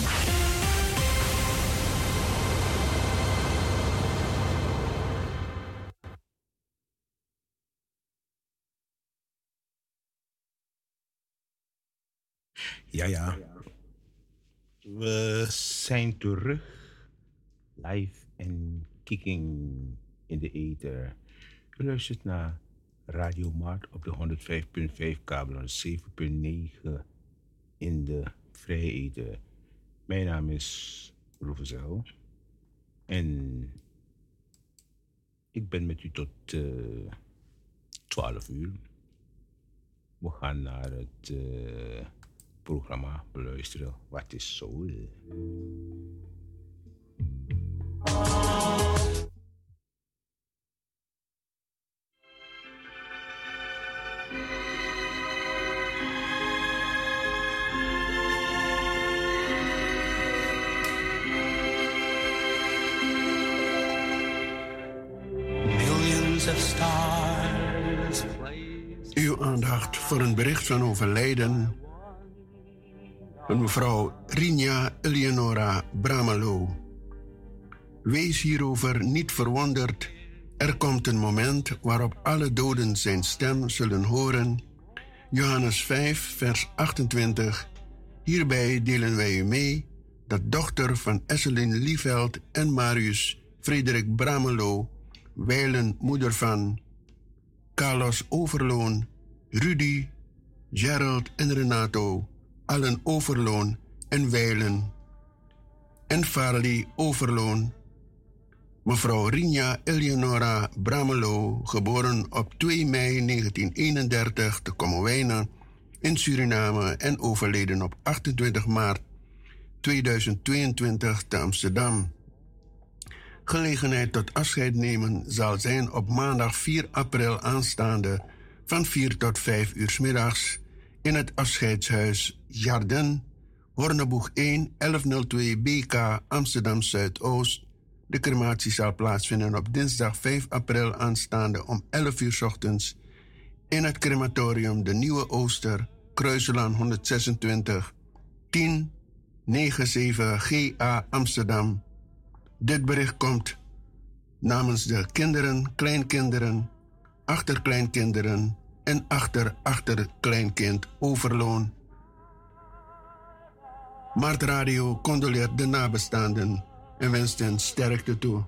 Ja. We zijn terug. Live en kicking in de ether. U luistert naar Radio Mart op de 105.5 kabel en 7.9 in de vrije ether. Mijn naam is Roevezel. En ik ben met u tot 12 uur. We gaan naar het programma beluisteren. Wat is Soul? Millions of stars. Uw aandacht voor een bericht van overlijden van mevrouw Rinja Eleonora Bramalo. Wees hierover niet verwonderd. Er komt een moment waarop alle doden zijn stem zullen horen. Johannes 5, vers 28. Hierbij delen wij u mee dat dochter van Esselin Lieveld en Marius Frederik Bramelo, wijlen moeder van Carlos Overloon, Rudy, Gerald en Renato, allen Overloon en wijlen, en Farley Overloon, Mevrouw Rinja Eleonora Bramelo, geboren op 2 mei 1931 te Kommerwijnen in Suriname en overleden op 28 maart 2022 te Amsterdam. Gelegenheid tot afscheid nemen zal zijn op maandag 4 april aanstaande van 4 tot 5 uur 's middags in het afscheidshuis Jardin, Horneboeg 1, 1102 BK, Amsterdam Zuidoost. De crematie zal plaatsvinden op dinsdag 5 april aanstaande om 11 uur 's ochtends in het crematorium De Nieuwe Ooster, Kruiselaan 126, 1097 GA Amsterdam. Dit bericht komt namens de kinderen, kleinkinderen, achterkleinkinderen en achterkleinkind Overloon. Mart Radio condoleert de nabestaanden en wenst hen sterkte toe.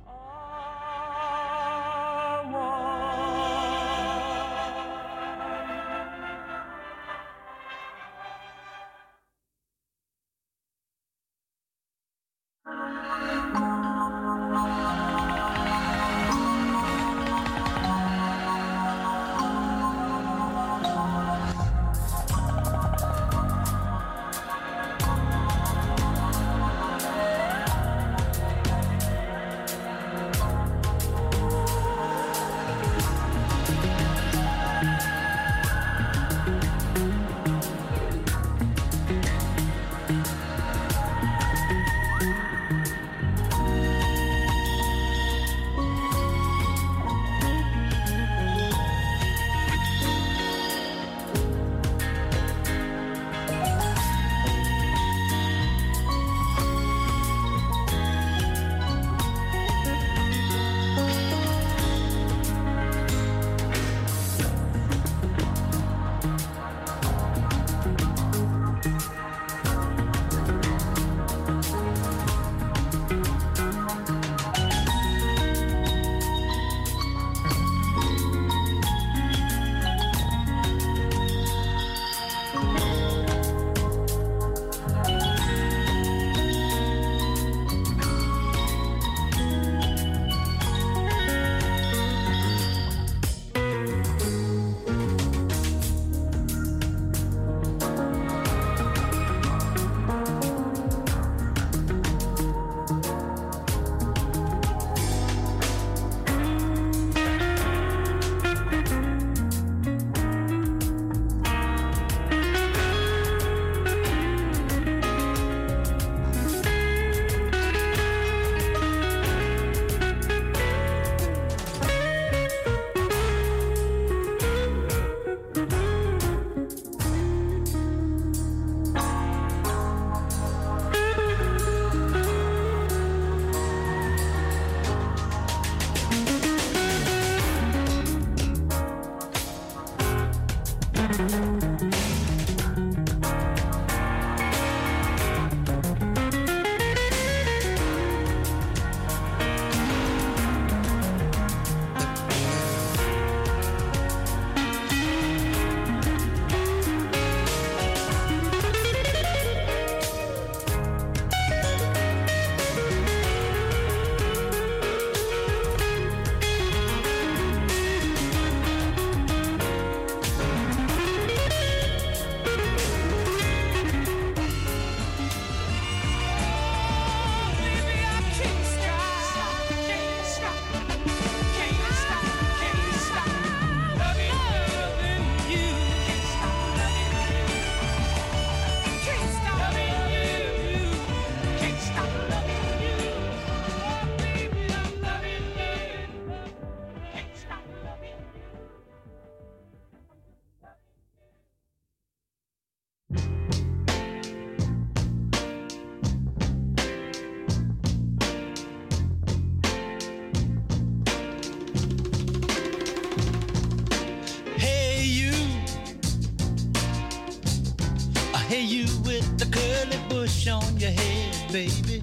Hey, you with the curly bush on your head, baby.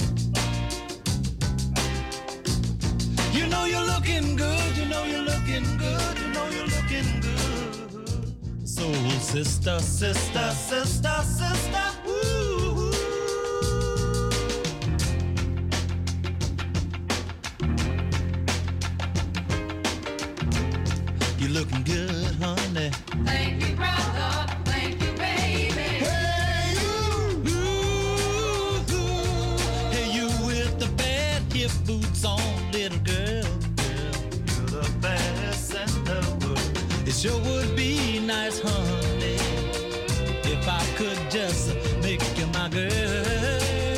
You know you're looking good, you know you're looking good, you know you're looking good. Soul sister, sister, sister, sister, ooh. looking good, honey. Thank you, brother. Thank you, baby. Hey, hey, you with the bad hip boots on, little girl. You're the baddest in the world. It sure would be nice, honey, if I could just make you my girl.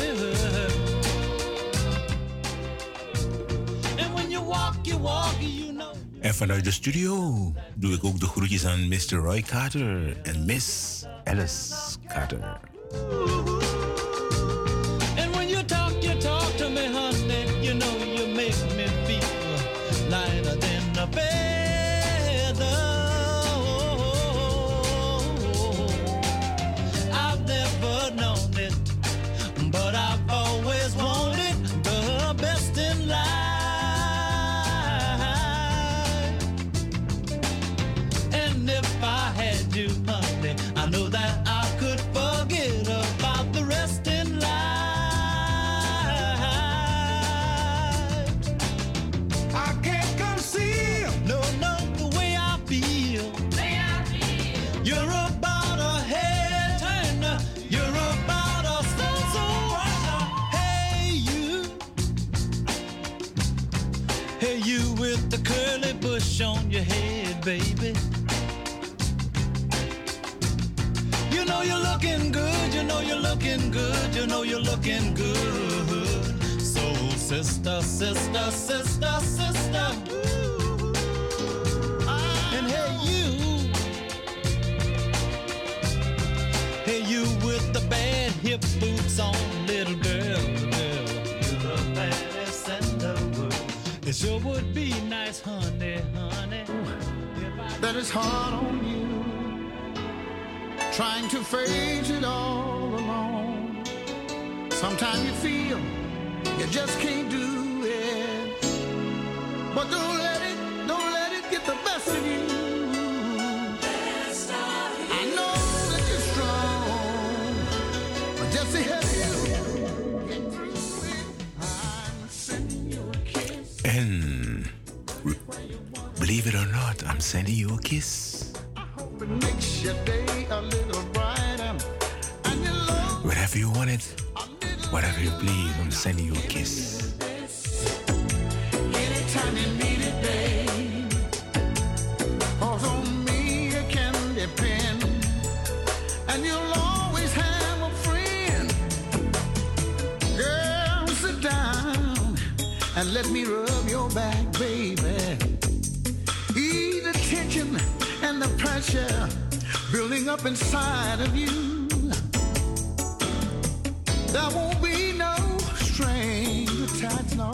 And when you walk, you know. En vanuit de studio doe ik ook de groetjes aan Mr. Roy Carter en Miss Alice Carter. And when you talk to me, honey, you know you make me feel lighter than a feather. I've never known it, but I've always wanted the best in life. And if I had you, honey, I know that I could forget about the rest in life. I can't conceal. No, the way I feel. You're about a head turner. You're about a soul. Hey, you with the curly bush on your head, baby. You know you're looking good. You know you're looking good. You know you're looking good. So, sister, sister, sister, sister. And hey, you with the bad hip boots on, little girl. You're the baddest in the world. It sure would be nice, honey. That is hard on you, trying to face it all alone. Sometimes you feel you just can't do it, but don't let it get the best of you. I know that you're strong, but just to help you get through it, I'm sending you a kiss. And believe it or not, I'm sending you a kiss. It makes your day a little brighter, and you love Wherever you want it, whatever you please, I'm sending you a kiss. anytime you need it, babe. 'Cause on me you can depend, and you'll always have a friend. Girl, sit down and let me rub your back, baby. Ease the tension and the pressure building up inside of you. There won't be no strings attached, no.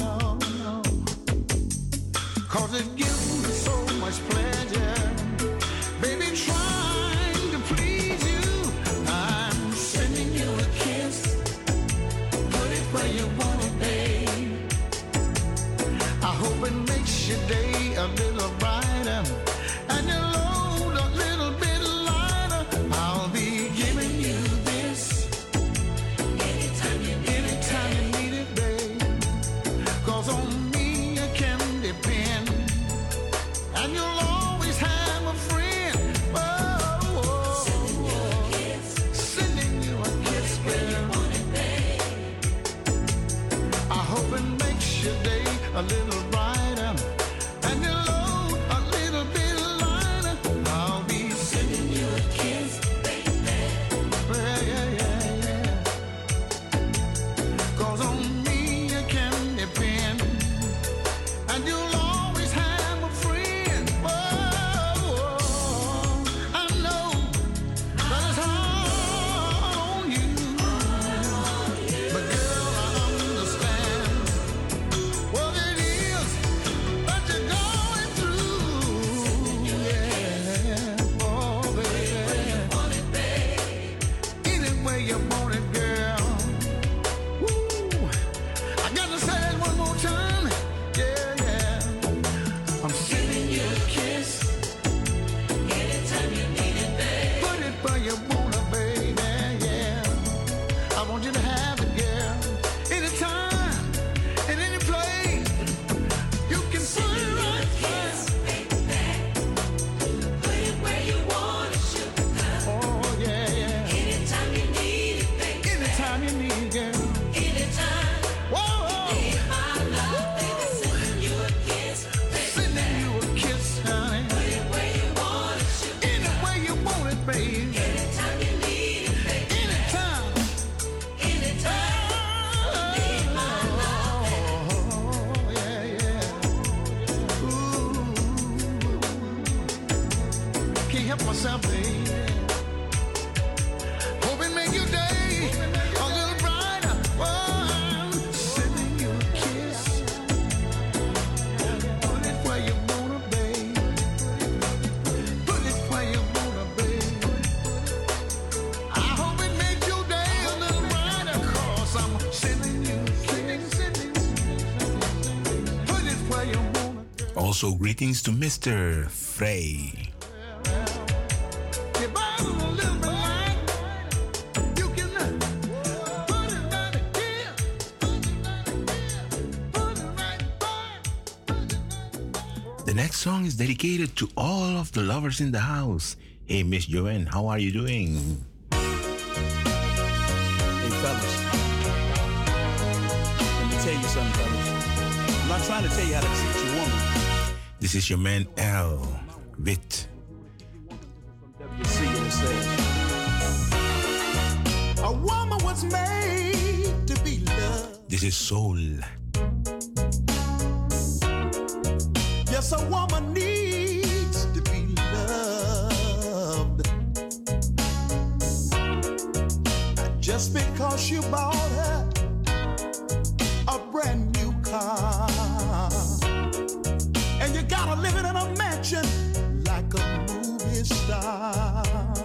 'Cause it gives me so much pleasure, baby, trying to please you. I'm sending you a kiss, put it where you want it, babe. I hope it makes your day a little brighter, and your load a little bit lighter. I'll be giving you this anytime you need it, babe. 'Cause on me you can depend, and you'll always have a friend. Sending you a kiss, girl. I hope it makes your day a little brighter, and your load a little bit lighter. I'll be sending you a kiss, baby. Yeah. 'Cause on me you can depend, and you'll always have a friend. I know that it's hard on you, but girl, I understand what it is my baby. Hope it make your day a little brighter. Oh, I'm sending you a kiss. Put it where you wanna, babe. Put it where you wanna, babe. I hope it makes your day a little brighter, 'cause I'm sending you a kiss. Put it where you wanna. Also, greetings to Mr. Frey. The next song is dedicated to all of the lovers in the house. Hey, Miss Joanne, how are you doing? Hey, fellas. Let me tell you something, fellas. I'm not trying to tell you how to treat your woman. This is your man L. Witt. A woman was made to be loved. This is Soul. Yes, a woman needs to be loved. Just because you bought her a brand new car, and you gotta live in a mansion like a movie star.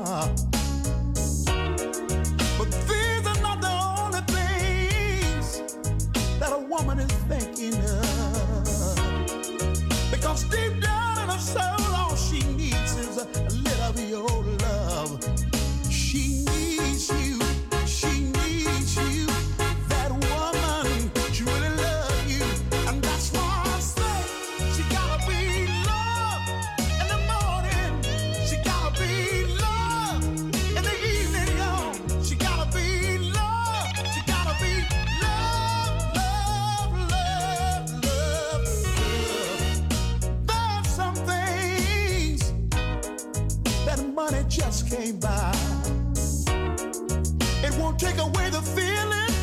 But these are not the only things that a woman is thinking of. Because deep down in her soul, all she needs is a little of your love. She needs you. She needs you. That woman, she really loves you. And that's why I say she gotta be loved in the morning. She gotta be loved in the evening, y'all. She gotta be loved. She gotta be loved, love, love, love, love. There's some things that money just can't buy. It won't take away the feeling.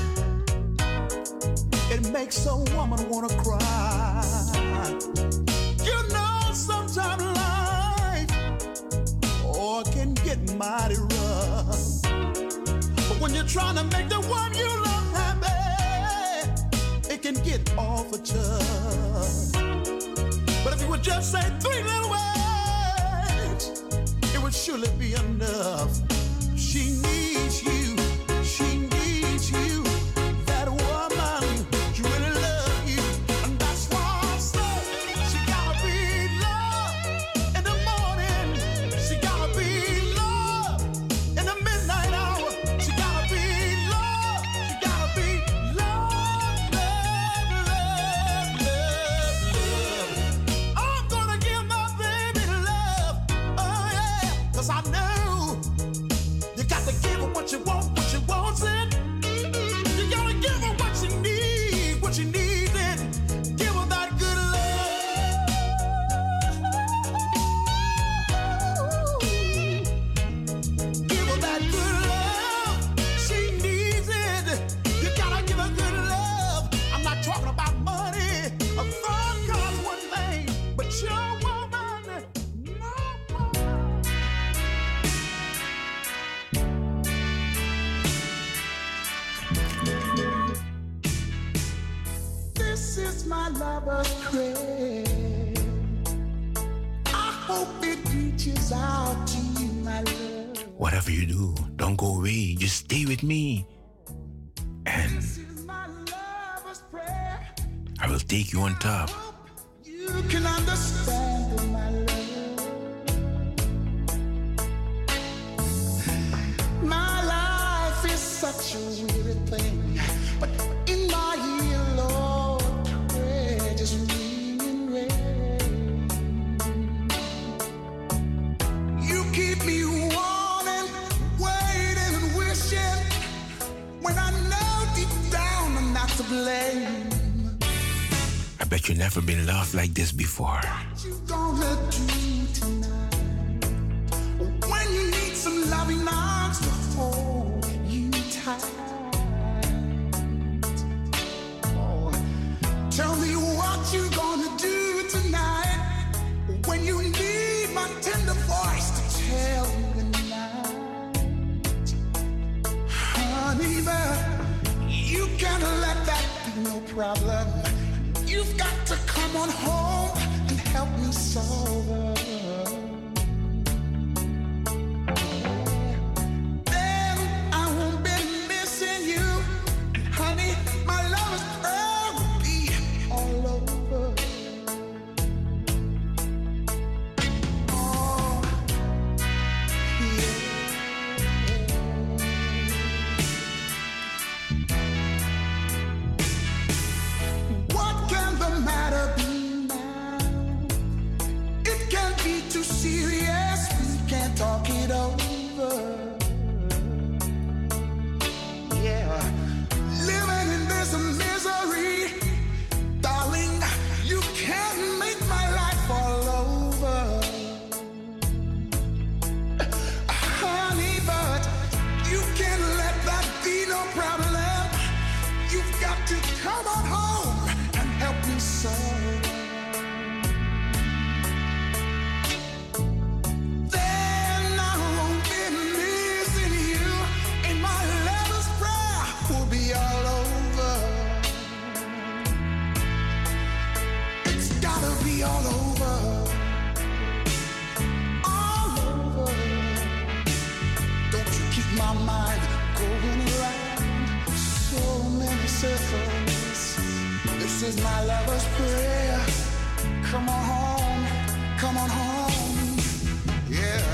It makes a woman wanna cry. You know, sometimes life can get mighty rough. But when you're trying to make the one you love happy, it can get awful tough. But if you would just say 3 little words, it would surely be enough. She needs you. She needs you. That woman, she really loves you. And that's why I say she gotta be loved in the morning. She gotta be loved in the midnight hour. She gotta be loved. She gotta be loved, love, love, love, love. I'm gonna give my baby love. Oh yeah, 'cause I know you got to give her what you want, what she wants it. You gotta give her what she needs it. Give her that good love. Give her that good love. She needs it. You gotta give her good love. I'm not talking about money. A phone costs one thing, but your woman, no. This is my lover's prayer. I hope it reaches out to you, my love. Whatever you do, don't go away. Just stay with me. And I will take you on top. You can understand my love. My life is such a weary thing, but in my ear, Lord, prayer just ring and ring. You keep me wanting, waiting and wishing, when I know deep down I'm not to blame. I bet you never been loved like this before. What you gonna do tonight? When you need some loving arms to hold you tight. Oh, tell me what you gonna do tonight when you need my tender voice to tell me. problem. You've got to come on home and help me solve it. Then I won't be missing you. Honey, my lover's prayer will be all over. Oh, yeah. What can the matter be now? It can't be too serious. We can't talk it over. Yeah, living in this misery, darling. You can't make my life all over, honey. But you can't let that be no problem. You've got to come on home and help me solve. Then I won't be missing you, and my lover's prayer will be all over. It's gotta be all over, all over. Don't you keep my mind going around so many circles. This is my lover's prayer. Come on home, come on home, yeah.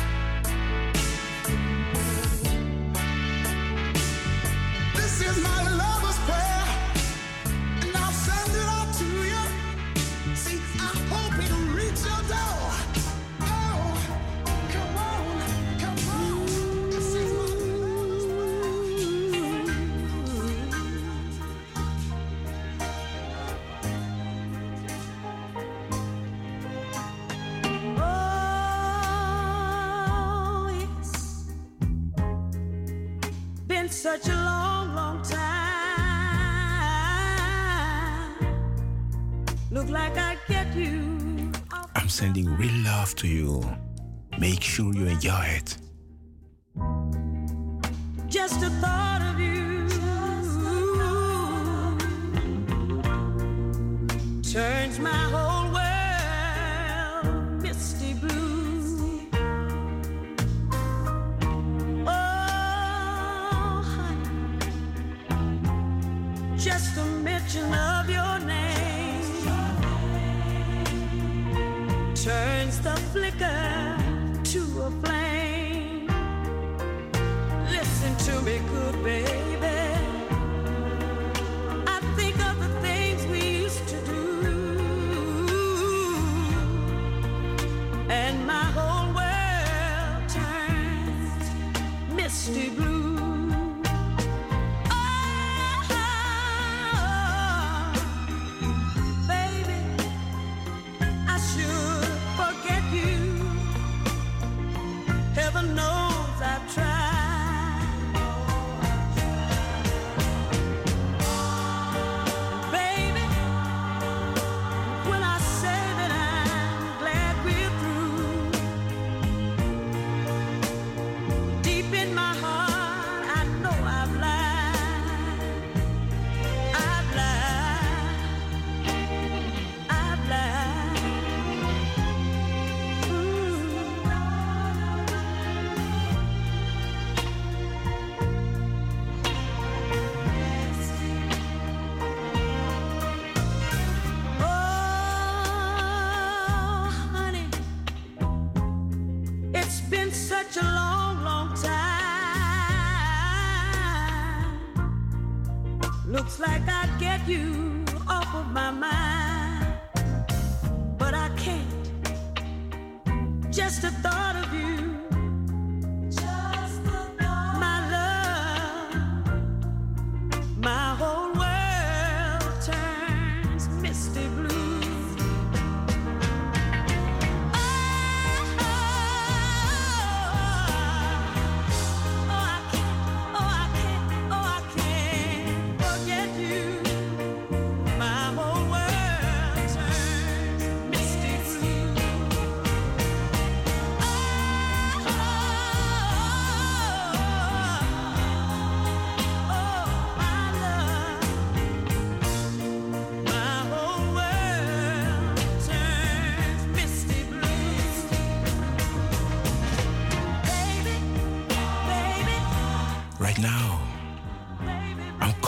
This is my lover's prayer, and I'll send it out to you. See, I hope it'll reach your door. Oh, come on, come on. This is my lover's Oh, it's been such a long, long time. Look like I get you. I'm sending real love to you. Make sure you enjoy it. Just the thought of you turns my whole world misty blue. Oh, honey, just the mention of your name turns the flicker to a flame. Listen to me, good baby. I think of the things we used to do, and my whole world turns misty blue. Oh, baby, I should forget you. Heaven knows I've tried. Baby, when I say that I'm glad we're through, deep in my heart I know I've lied. I've lied. I've lied. Oh, honey, it's been such a long, long time. Looks like I'd get you off of my mind, but I can't. Just the thought of you, my love, my whole world turns misty blue. Forget you. My whole world turns misty blue.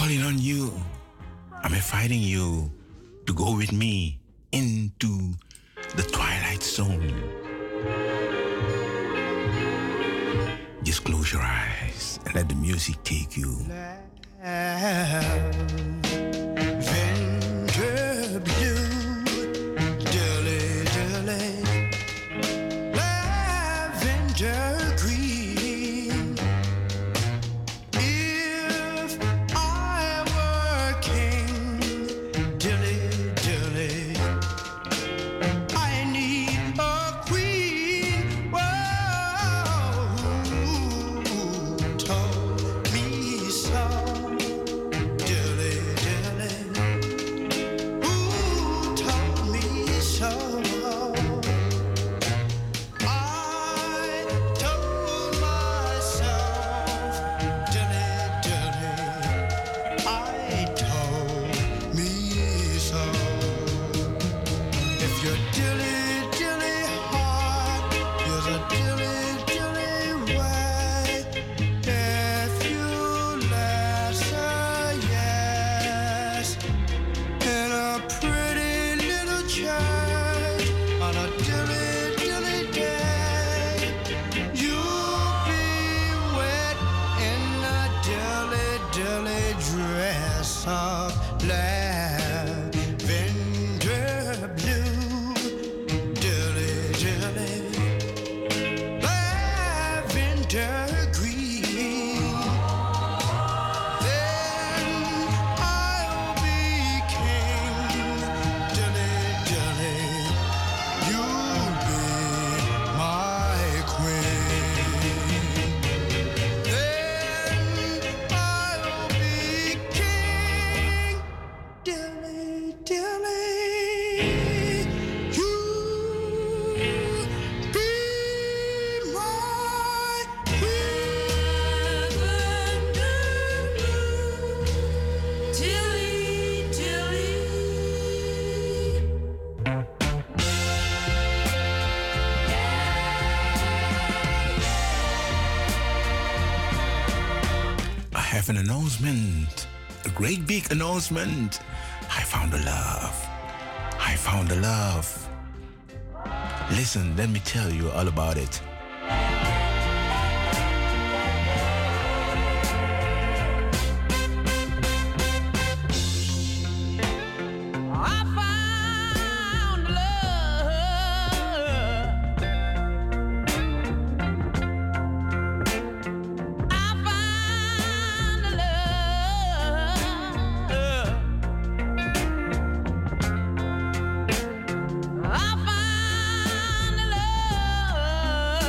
calling on you. I'm inviting you to go with me into the twilight zone. Just close your eyes and let the music take you. Lavender blue, dilly dilly, lavender green. If I were king, dilly dilly, I need a queen. Whoa, told me so. Dilly dilly, who told me so? I told myself, dilly dilly, I told me so. If your dilly dilly heart is a dilly dilly way, if you answer yes in a pretty little church on a dilly dilly day, you'll be wet in a dilly dilly dress of lavender blue, dilly dilly, lavender green. Then I'll be king, dilly dilly, you'll be my queen. Then I'll be king, dilly dilly, you'll be my Dilly, dilly. I have an announcement. A great big announcement. I found a love. I found a love. Listen, let me tell you all about it. I found love. I found love. I found love.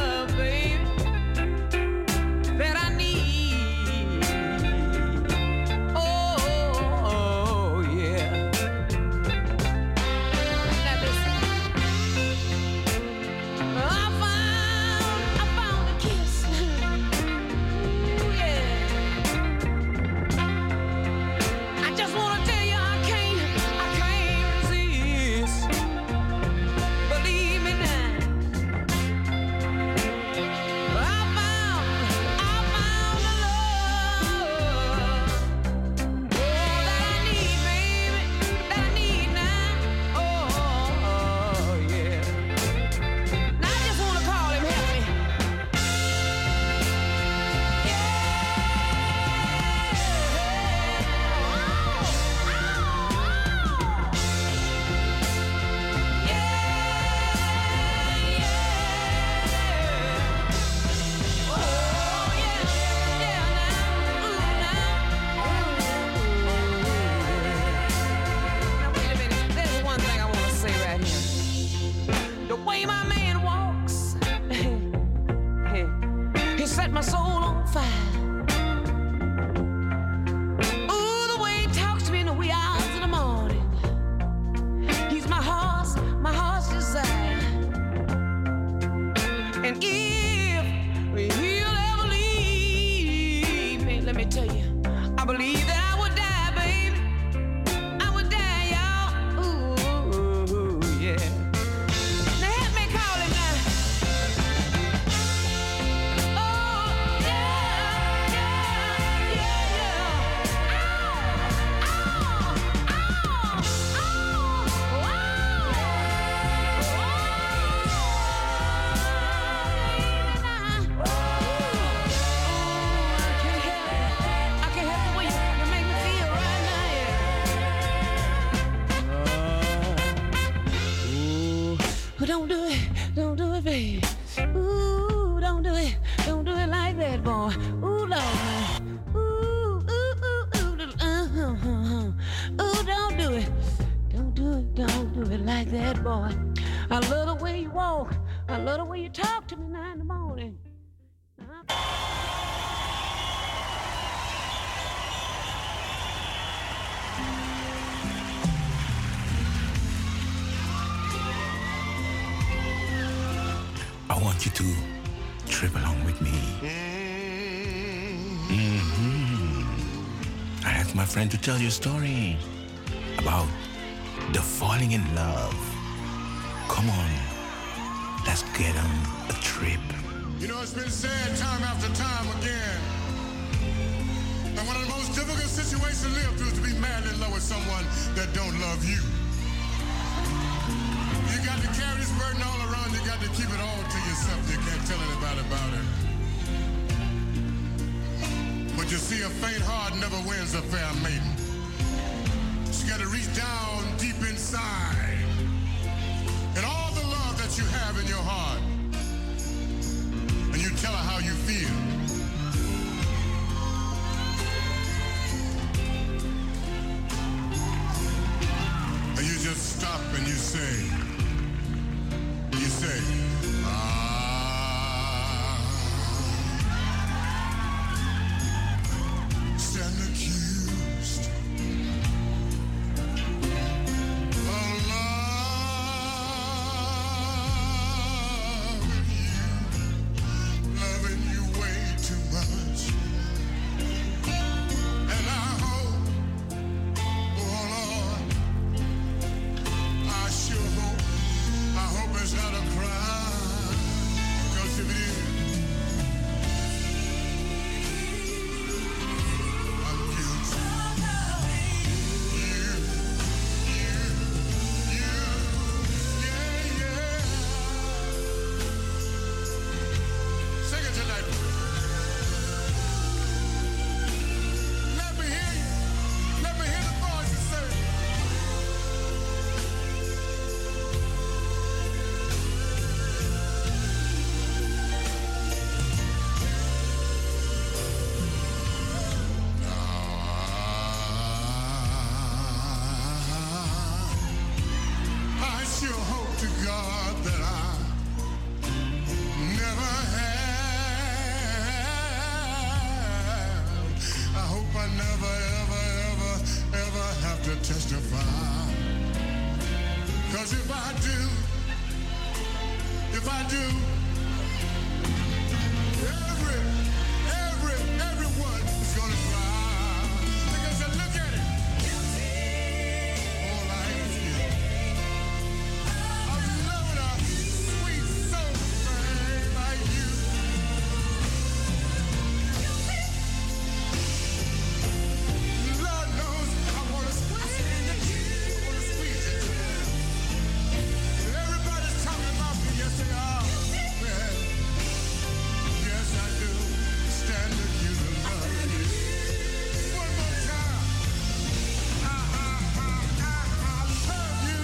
don't do it. Don't do it, baby. Ooh, don't do it. Don't do it like that, boy. Ooh, Lord. Ooh, don't do it. Don't do it. Don't do it like that, boy. I love the way you walk. I love the way you talk to me now in the morning. I want you to trip along with me. I asked my friend to tell you a story about the falling in love. Come on, let's get on a trip. You know, it's been said time after time again that one of the most difficult situations to live through is to be madly in love with someone that don't love you. You got to carry this burden all around. You got to keep it all to yourself. You can't tell anybody about it. But you see, a faint heart never wins a fair maiden. So you got to reach down deep inside and all the love that you have in your heart, and you tell her how you feel. And you just stop and you say, stand accused of loving you way too much. And I hope, oh Lord, I sure hope it's not a crime. 'Cause if it is, I'm guilty. Yeah. Sing it tonight. Let me hear you. Let me hear the voices say. I sure hope to God that I never have. I hope I never, ever have to testify. 'Cause if I do, everyone is gonna cry. Because you look at it. All I see. I'm loving a sweet soul thing like you. Lord knows I wanna squeeze it. Everybody's talking about me, yes they are. Well, yes I do. Stand accused of love. One more time. I love you.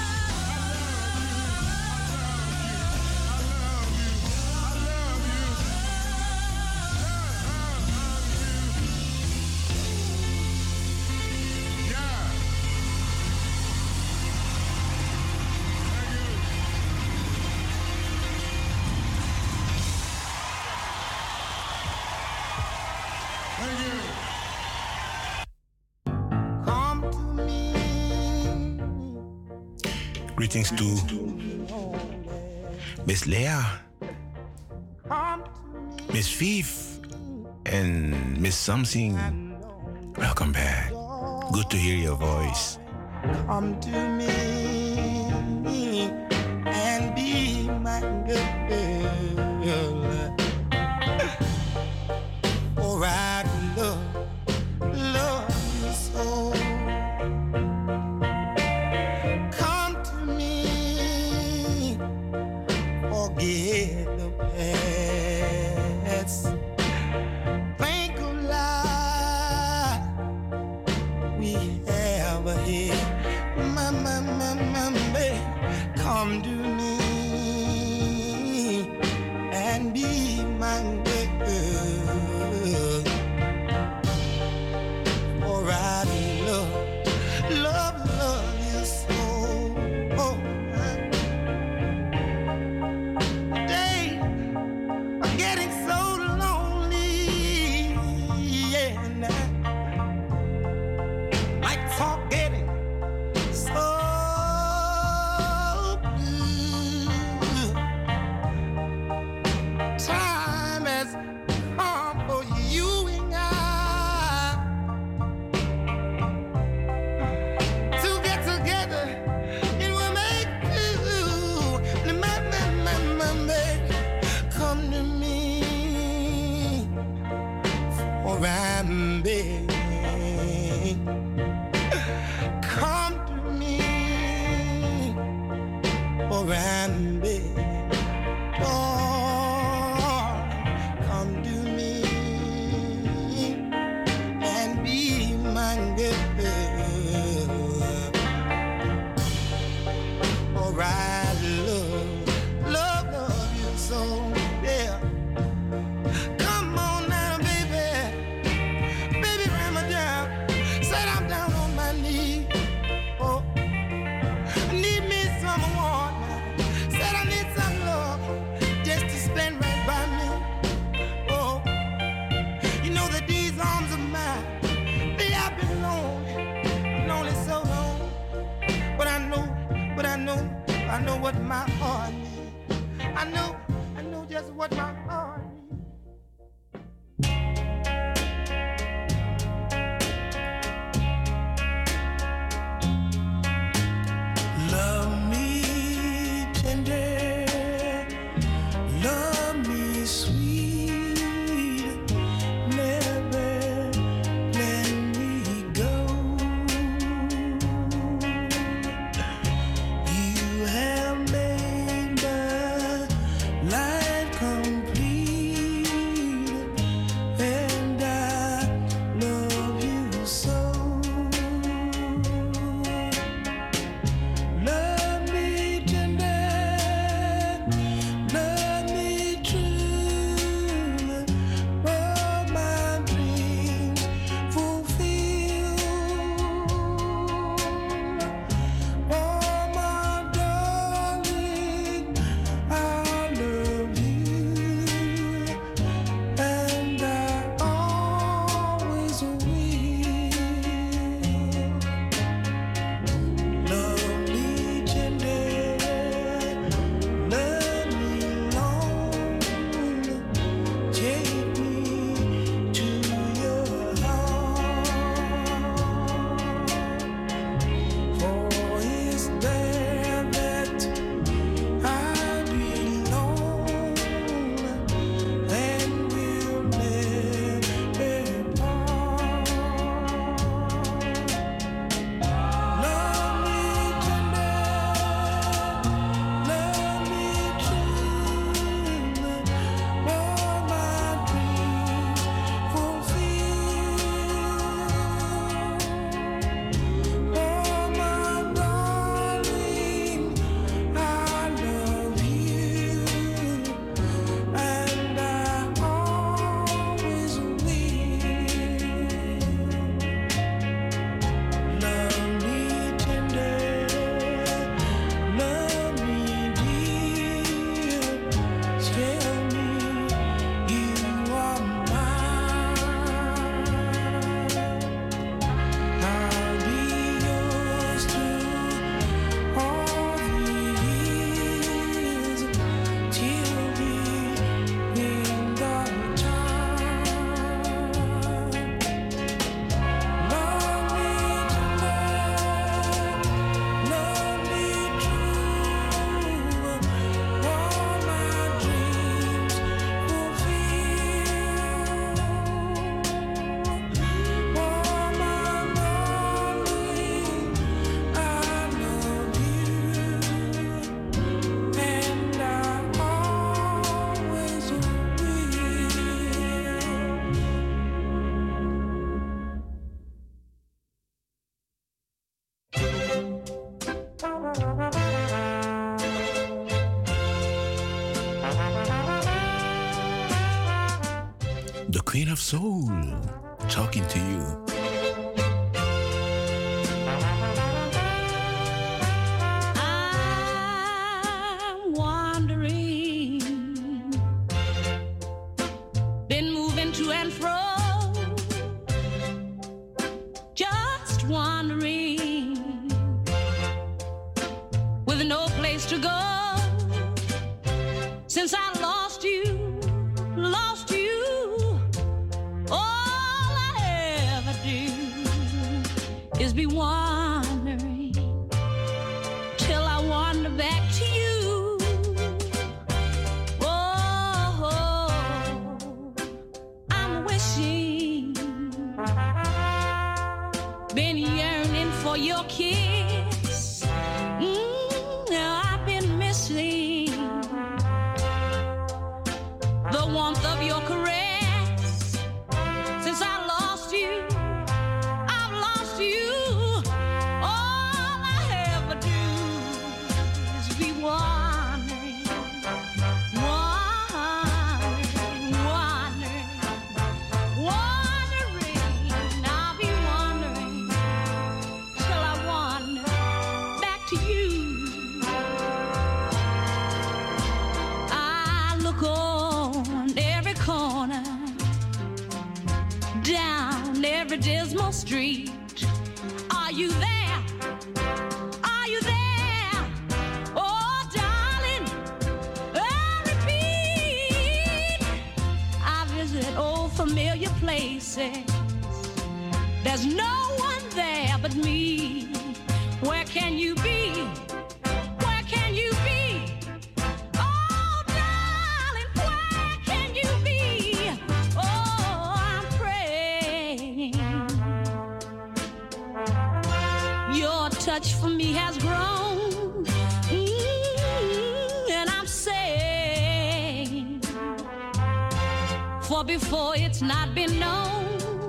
Greetings to Miss Leah, Miss Viv, and Miss Something. Welcome back. Good to hear your voice. Come to me and be my girl. For I love you so. Come to me, forget the past. Think of life we have ahead. My and baby, oh, come to me and be my girl. For I love you so, yeah. Come on now, baby, baby, ram me down. Said I'm down on my knees. Oh, need me some water. Said I need some love just to spend right by me. Oh, you know that these arms of mine, they have been lonely so long. But I know what my heart needs. I know just what my heart needs. Love me tender, love me sweet, never let me go. You have made my life complete, and I love you so. Love me tender, love me true, all my dreams fulfill. Oh, my darling, I love you, and I always will. Love me tender, love me long, take me to your heart. For it's there that I belong, and will never part. Love me tender, love me true, all my dreams fulfill. Oh, my darling, I love you, and I always will. Love me tender, love me dear, tell me you are mine. I'll be yours through all the years, till the end of time. Love me tender, love me true, all my dreams fulfill. Oh, my darling, I love you, and I always will. The Queen of Soul talking to you. I'm wandering, been moving to and fro, just wandering, with no place to go. Since I lost you, all I ever do is be wandering, till I wander back to you. Oh, I'm wishing, been yearning for your kiss. Now I've been missing Fillmore Street. Are you there? Are you there? Oh, darling, I repeat, I visit old familiar places. There's no one there but me. Where can you be? Where can you be? Oh, darling, where can you be? Oh, I'm praying. Your touch for me has grown. And I'm saying, for before it's not been known.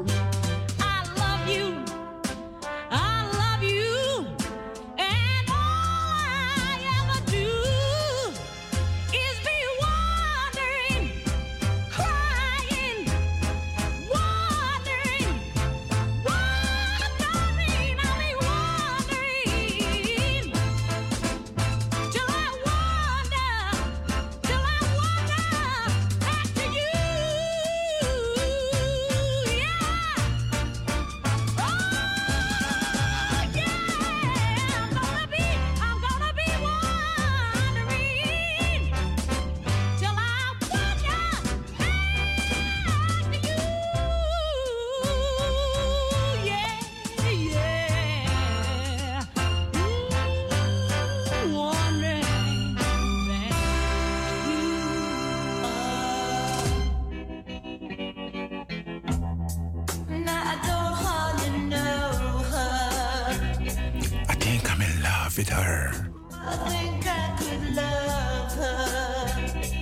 With her. I think I could love her.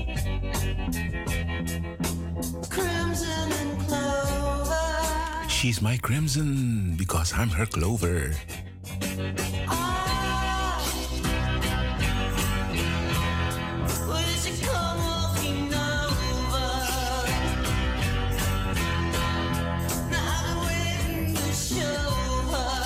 Crimson and clover. She's my crimson because I'm her clover. Will she come walking over? Now I'm waiting to show her.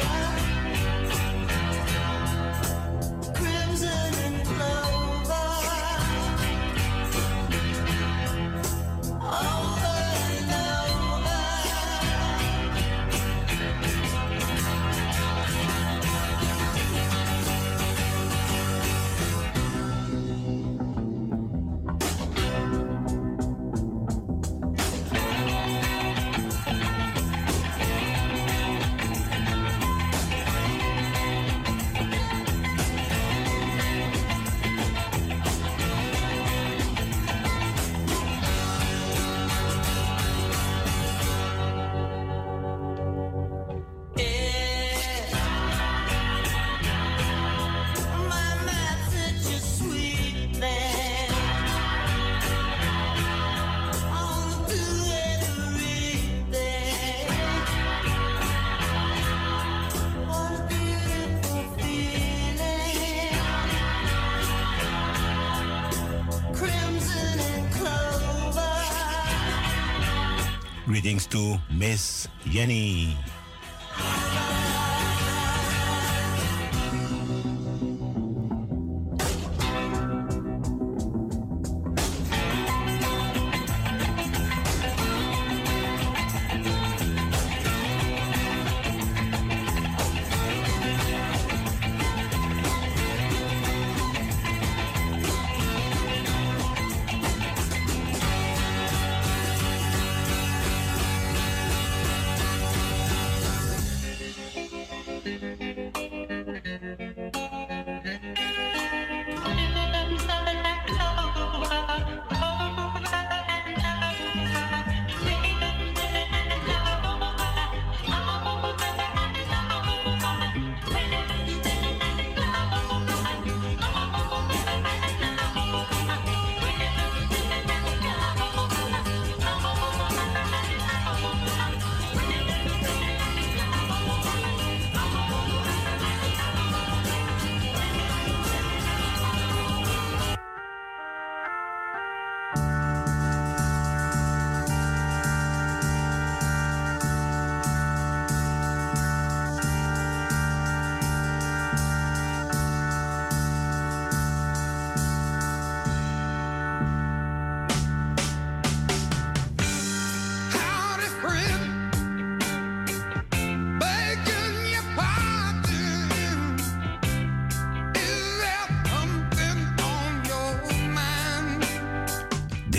Greetings to Miss Jenny.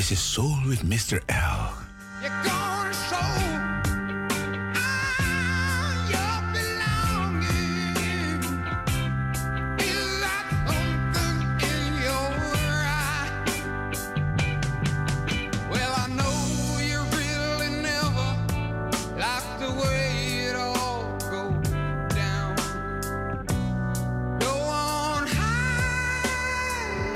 This is Soul with Mr. L. You're gonna show your belonging. Is that something in your eye? Well, I know you really never liked the way it all goes down. Go on high.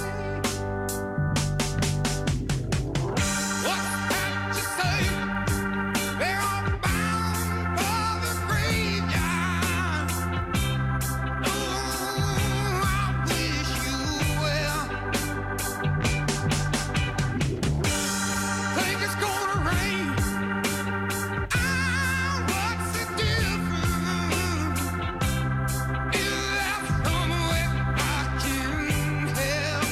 What's that you say? They're all bound for the graveyard. Oh, I wish you well. Think it's gonna rain. What's the difference? Is there somewhere I can help?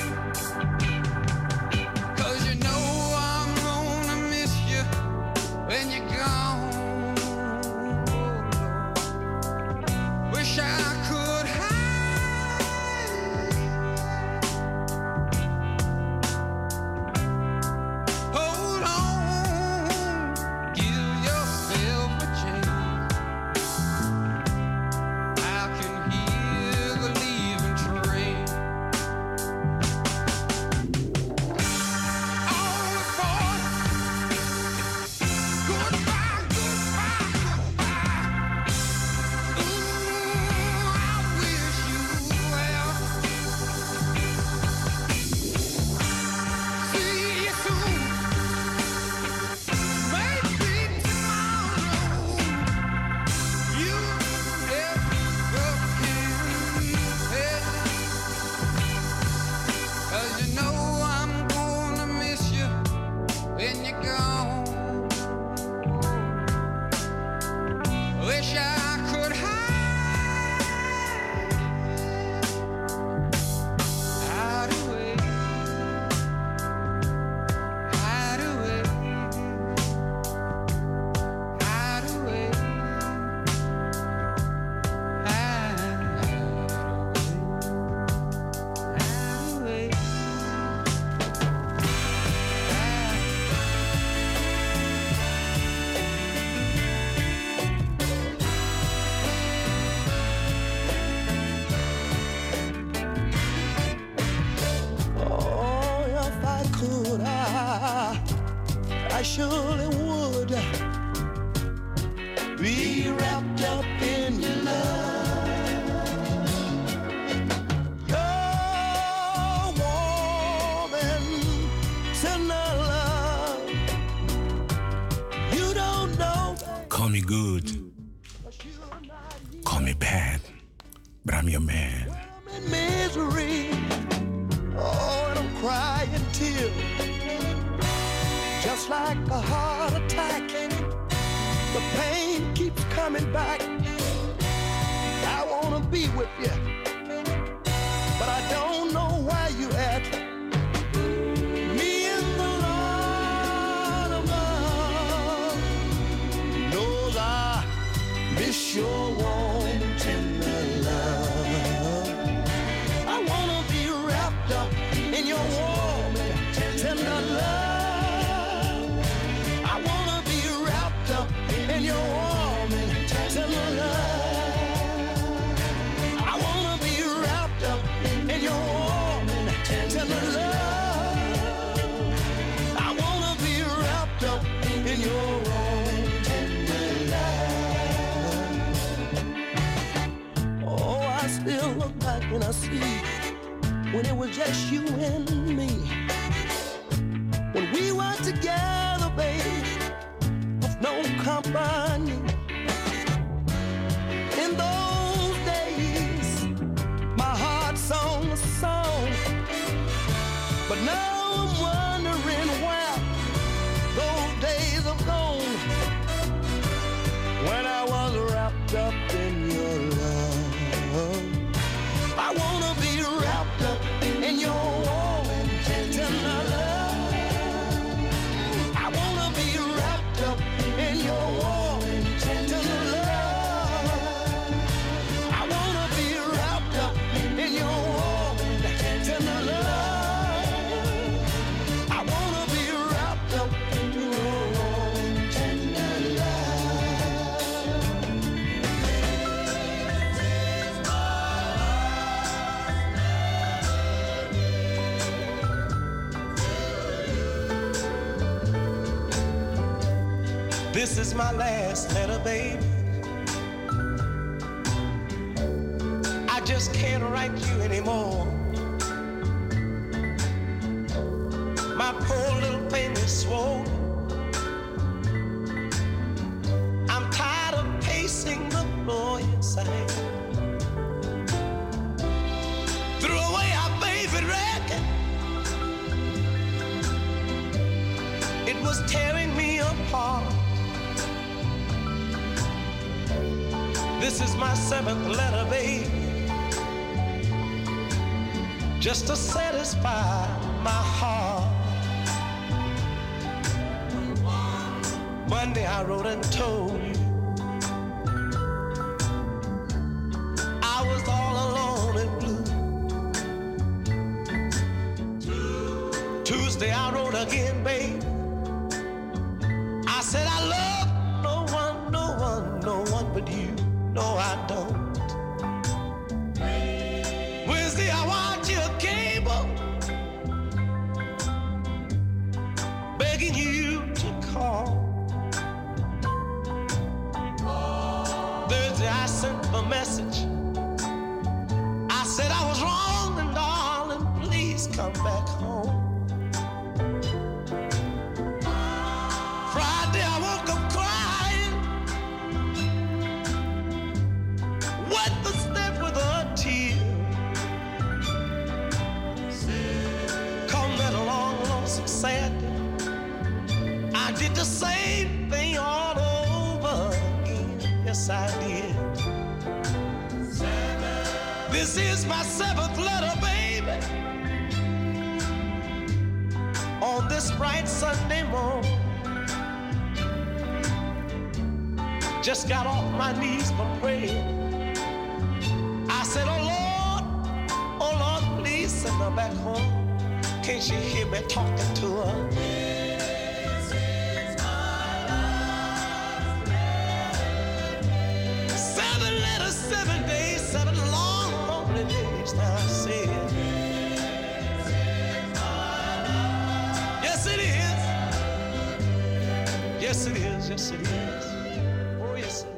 'Cause you know I'm gonna miss you when you're gone. Wish I could hide. Hold on, give yourself a chance. I can hear the leaving train. On the board. Goodbye, goodbye, goodbye. Ooh, I wish you well. See you soon. Maybe tomorrow. You never can tell. 'Cause you know I'm gonna miss you when you're gone. Wish I could hide away, hide away, hide away, hide away. Oh, if I could, I surely would be wrapped up in your love. Your warm and tender love. You don't know. Call me good. Call me bad. But I'm your man. In misery. Oh, and I'm crying tears, just like a heart attack. The pain keeps coming back. I wanna be with you, but I don't know where you at. Me and the Lord above knows I miss your warm and tender love. I wanna be wrapped up in your warm and tender love. I wanna be wrapped up in your warm and tender love. I wanna be wrapped up in your warm and tender love. I wanna be wrapped up in your warm and tender love. Oh, I still look back and I see when it was just you and me. When we were together, babe, with no company. In those days, my heart sung a song. But now I'm wondering where those days have gone. When I was wrapped up in your love. I wanna be wrapped up in your warm and tender love. I wanna be wrapped up in your warm and tender love. I wanna be wrapped up in your warm and tender love. This is my last letter, baby. I just can't write you anymore. My poor little pen is swollen. I'm tired of pacing the floor inside. Threw away our favorite record. It was tearing me apart. This is my 7th letter, baby, just to satisfy my heart. Monday I wrote and told you I was all alone and blue. Tuesday I wrote again, babe. I said I love no one but you. No, I don't. Wednesday I watch your cable, begging you to call. Thursday I sent a message. I said I was wrong and darling, please come back home. Friday I woke up crying, wet the step with a tear. Come that long, lonesome Saturday, I did the same thing all over again. Yes, I did. This is my 7th letter, baby. On this bright Sunday morning, just got off my knees for prayer. I said, oh Lord, please send her back home. Can't she hear me talking to her? This is my last letter. 7 letters, 7 days, 7 long, lonely days. Now I say it. This is my last. Yes, it is. Yes, it is. Yes, it is. Oh, yes, it is.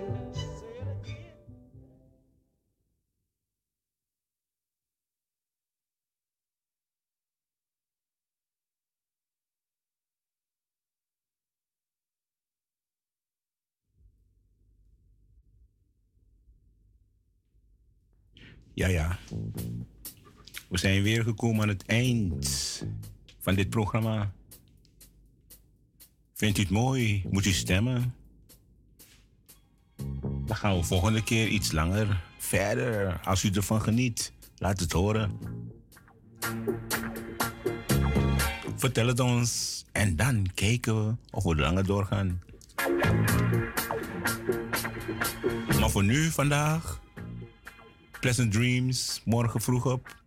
Ja. We zijn weer gekomen aan het eind van dit programma. Vindt u het mooi? Moet u stemmen? Dan gaan we volgende keer iets langer verder. Als u ervan geniet, laat het horen. Vertel het ons en dan kijken we of we langer doorgaan. Maar voor nu, vandaag, pleasant dreams, morgen vroeg op.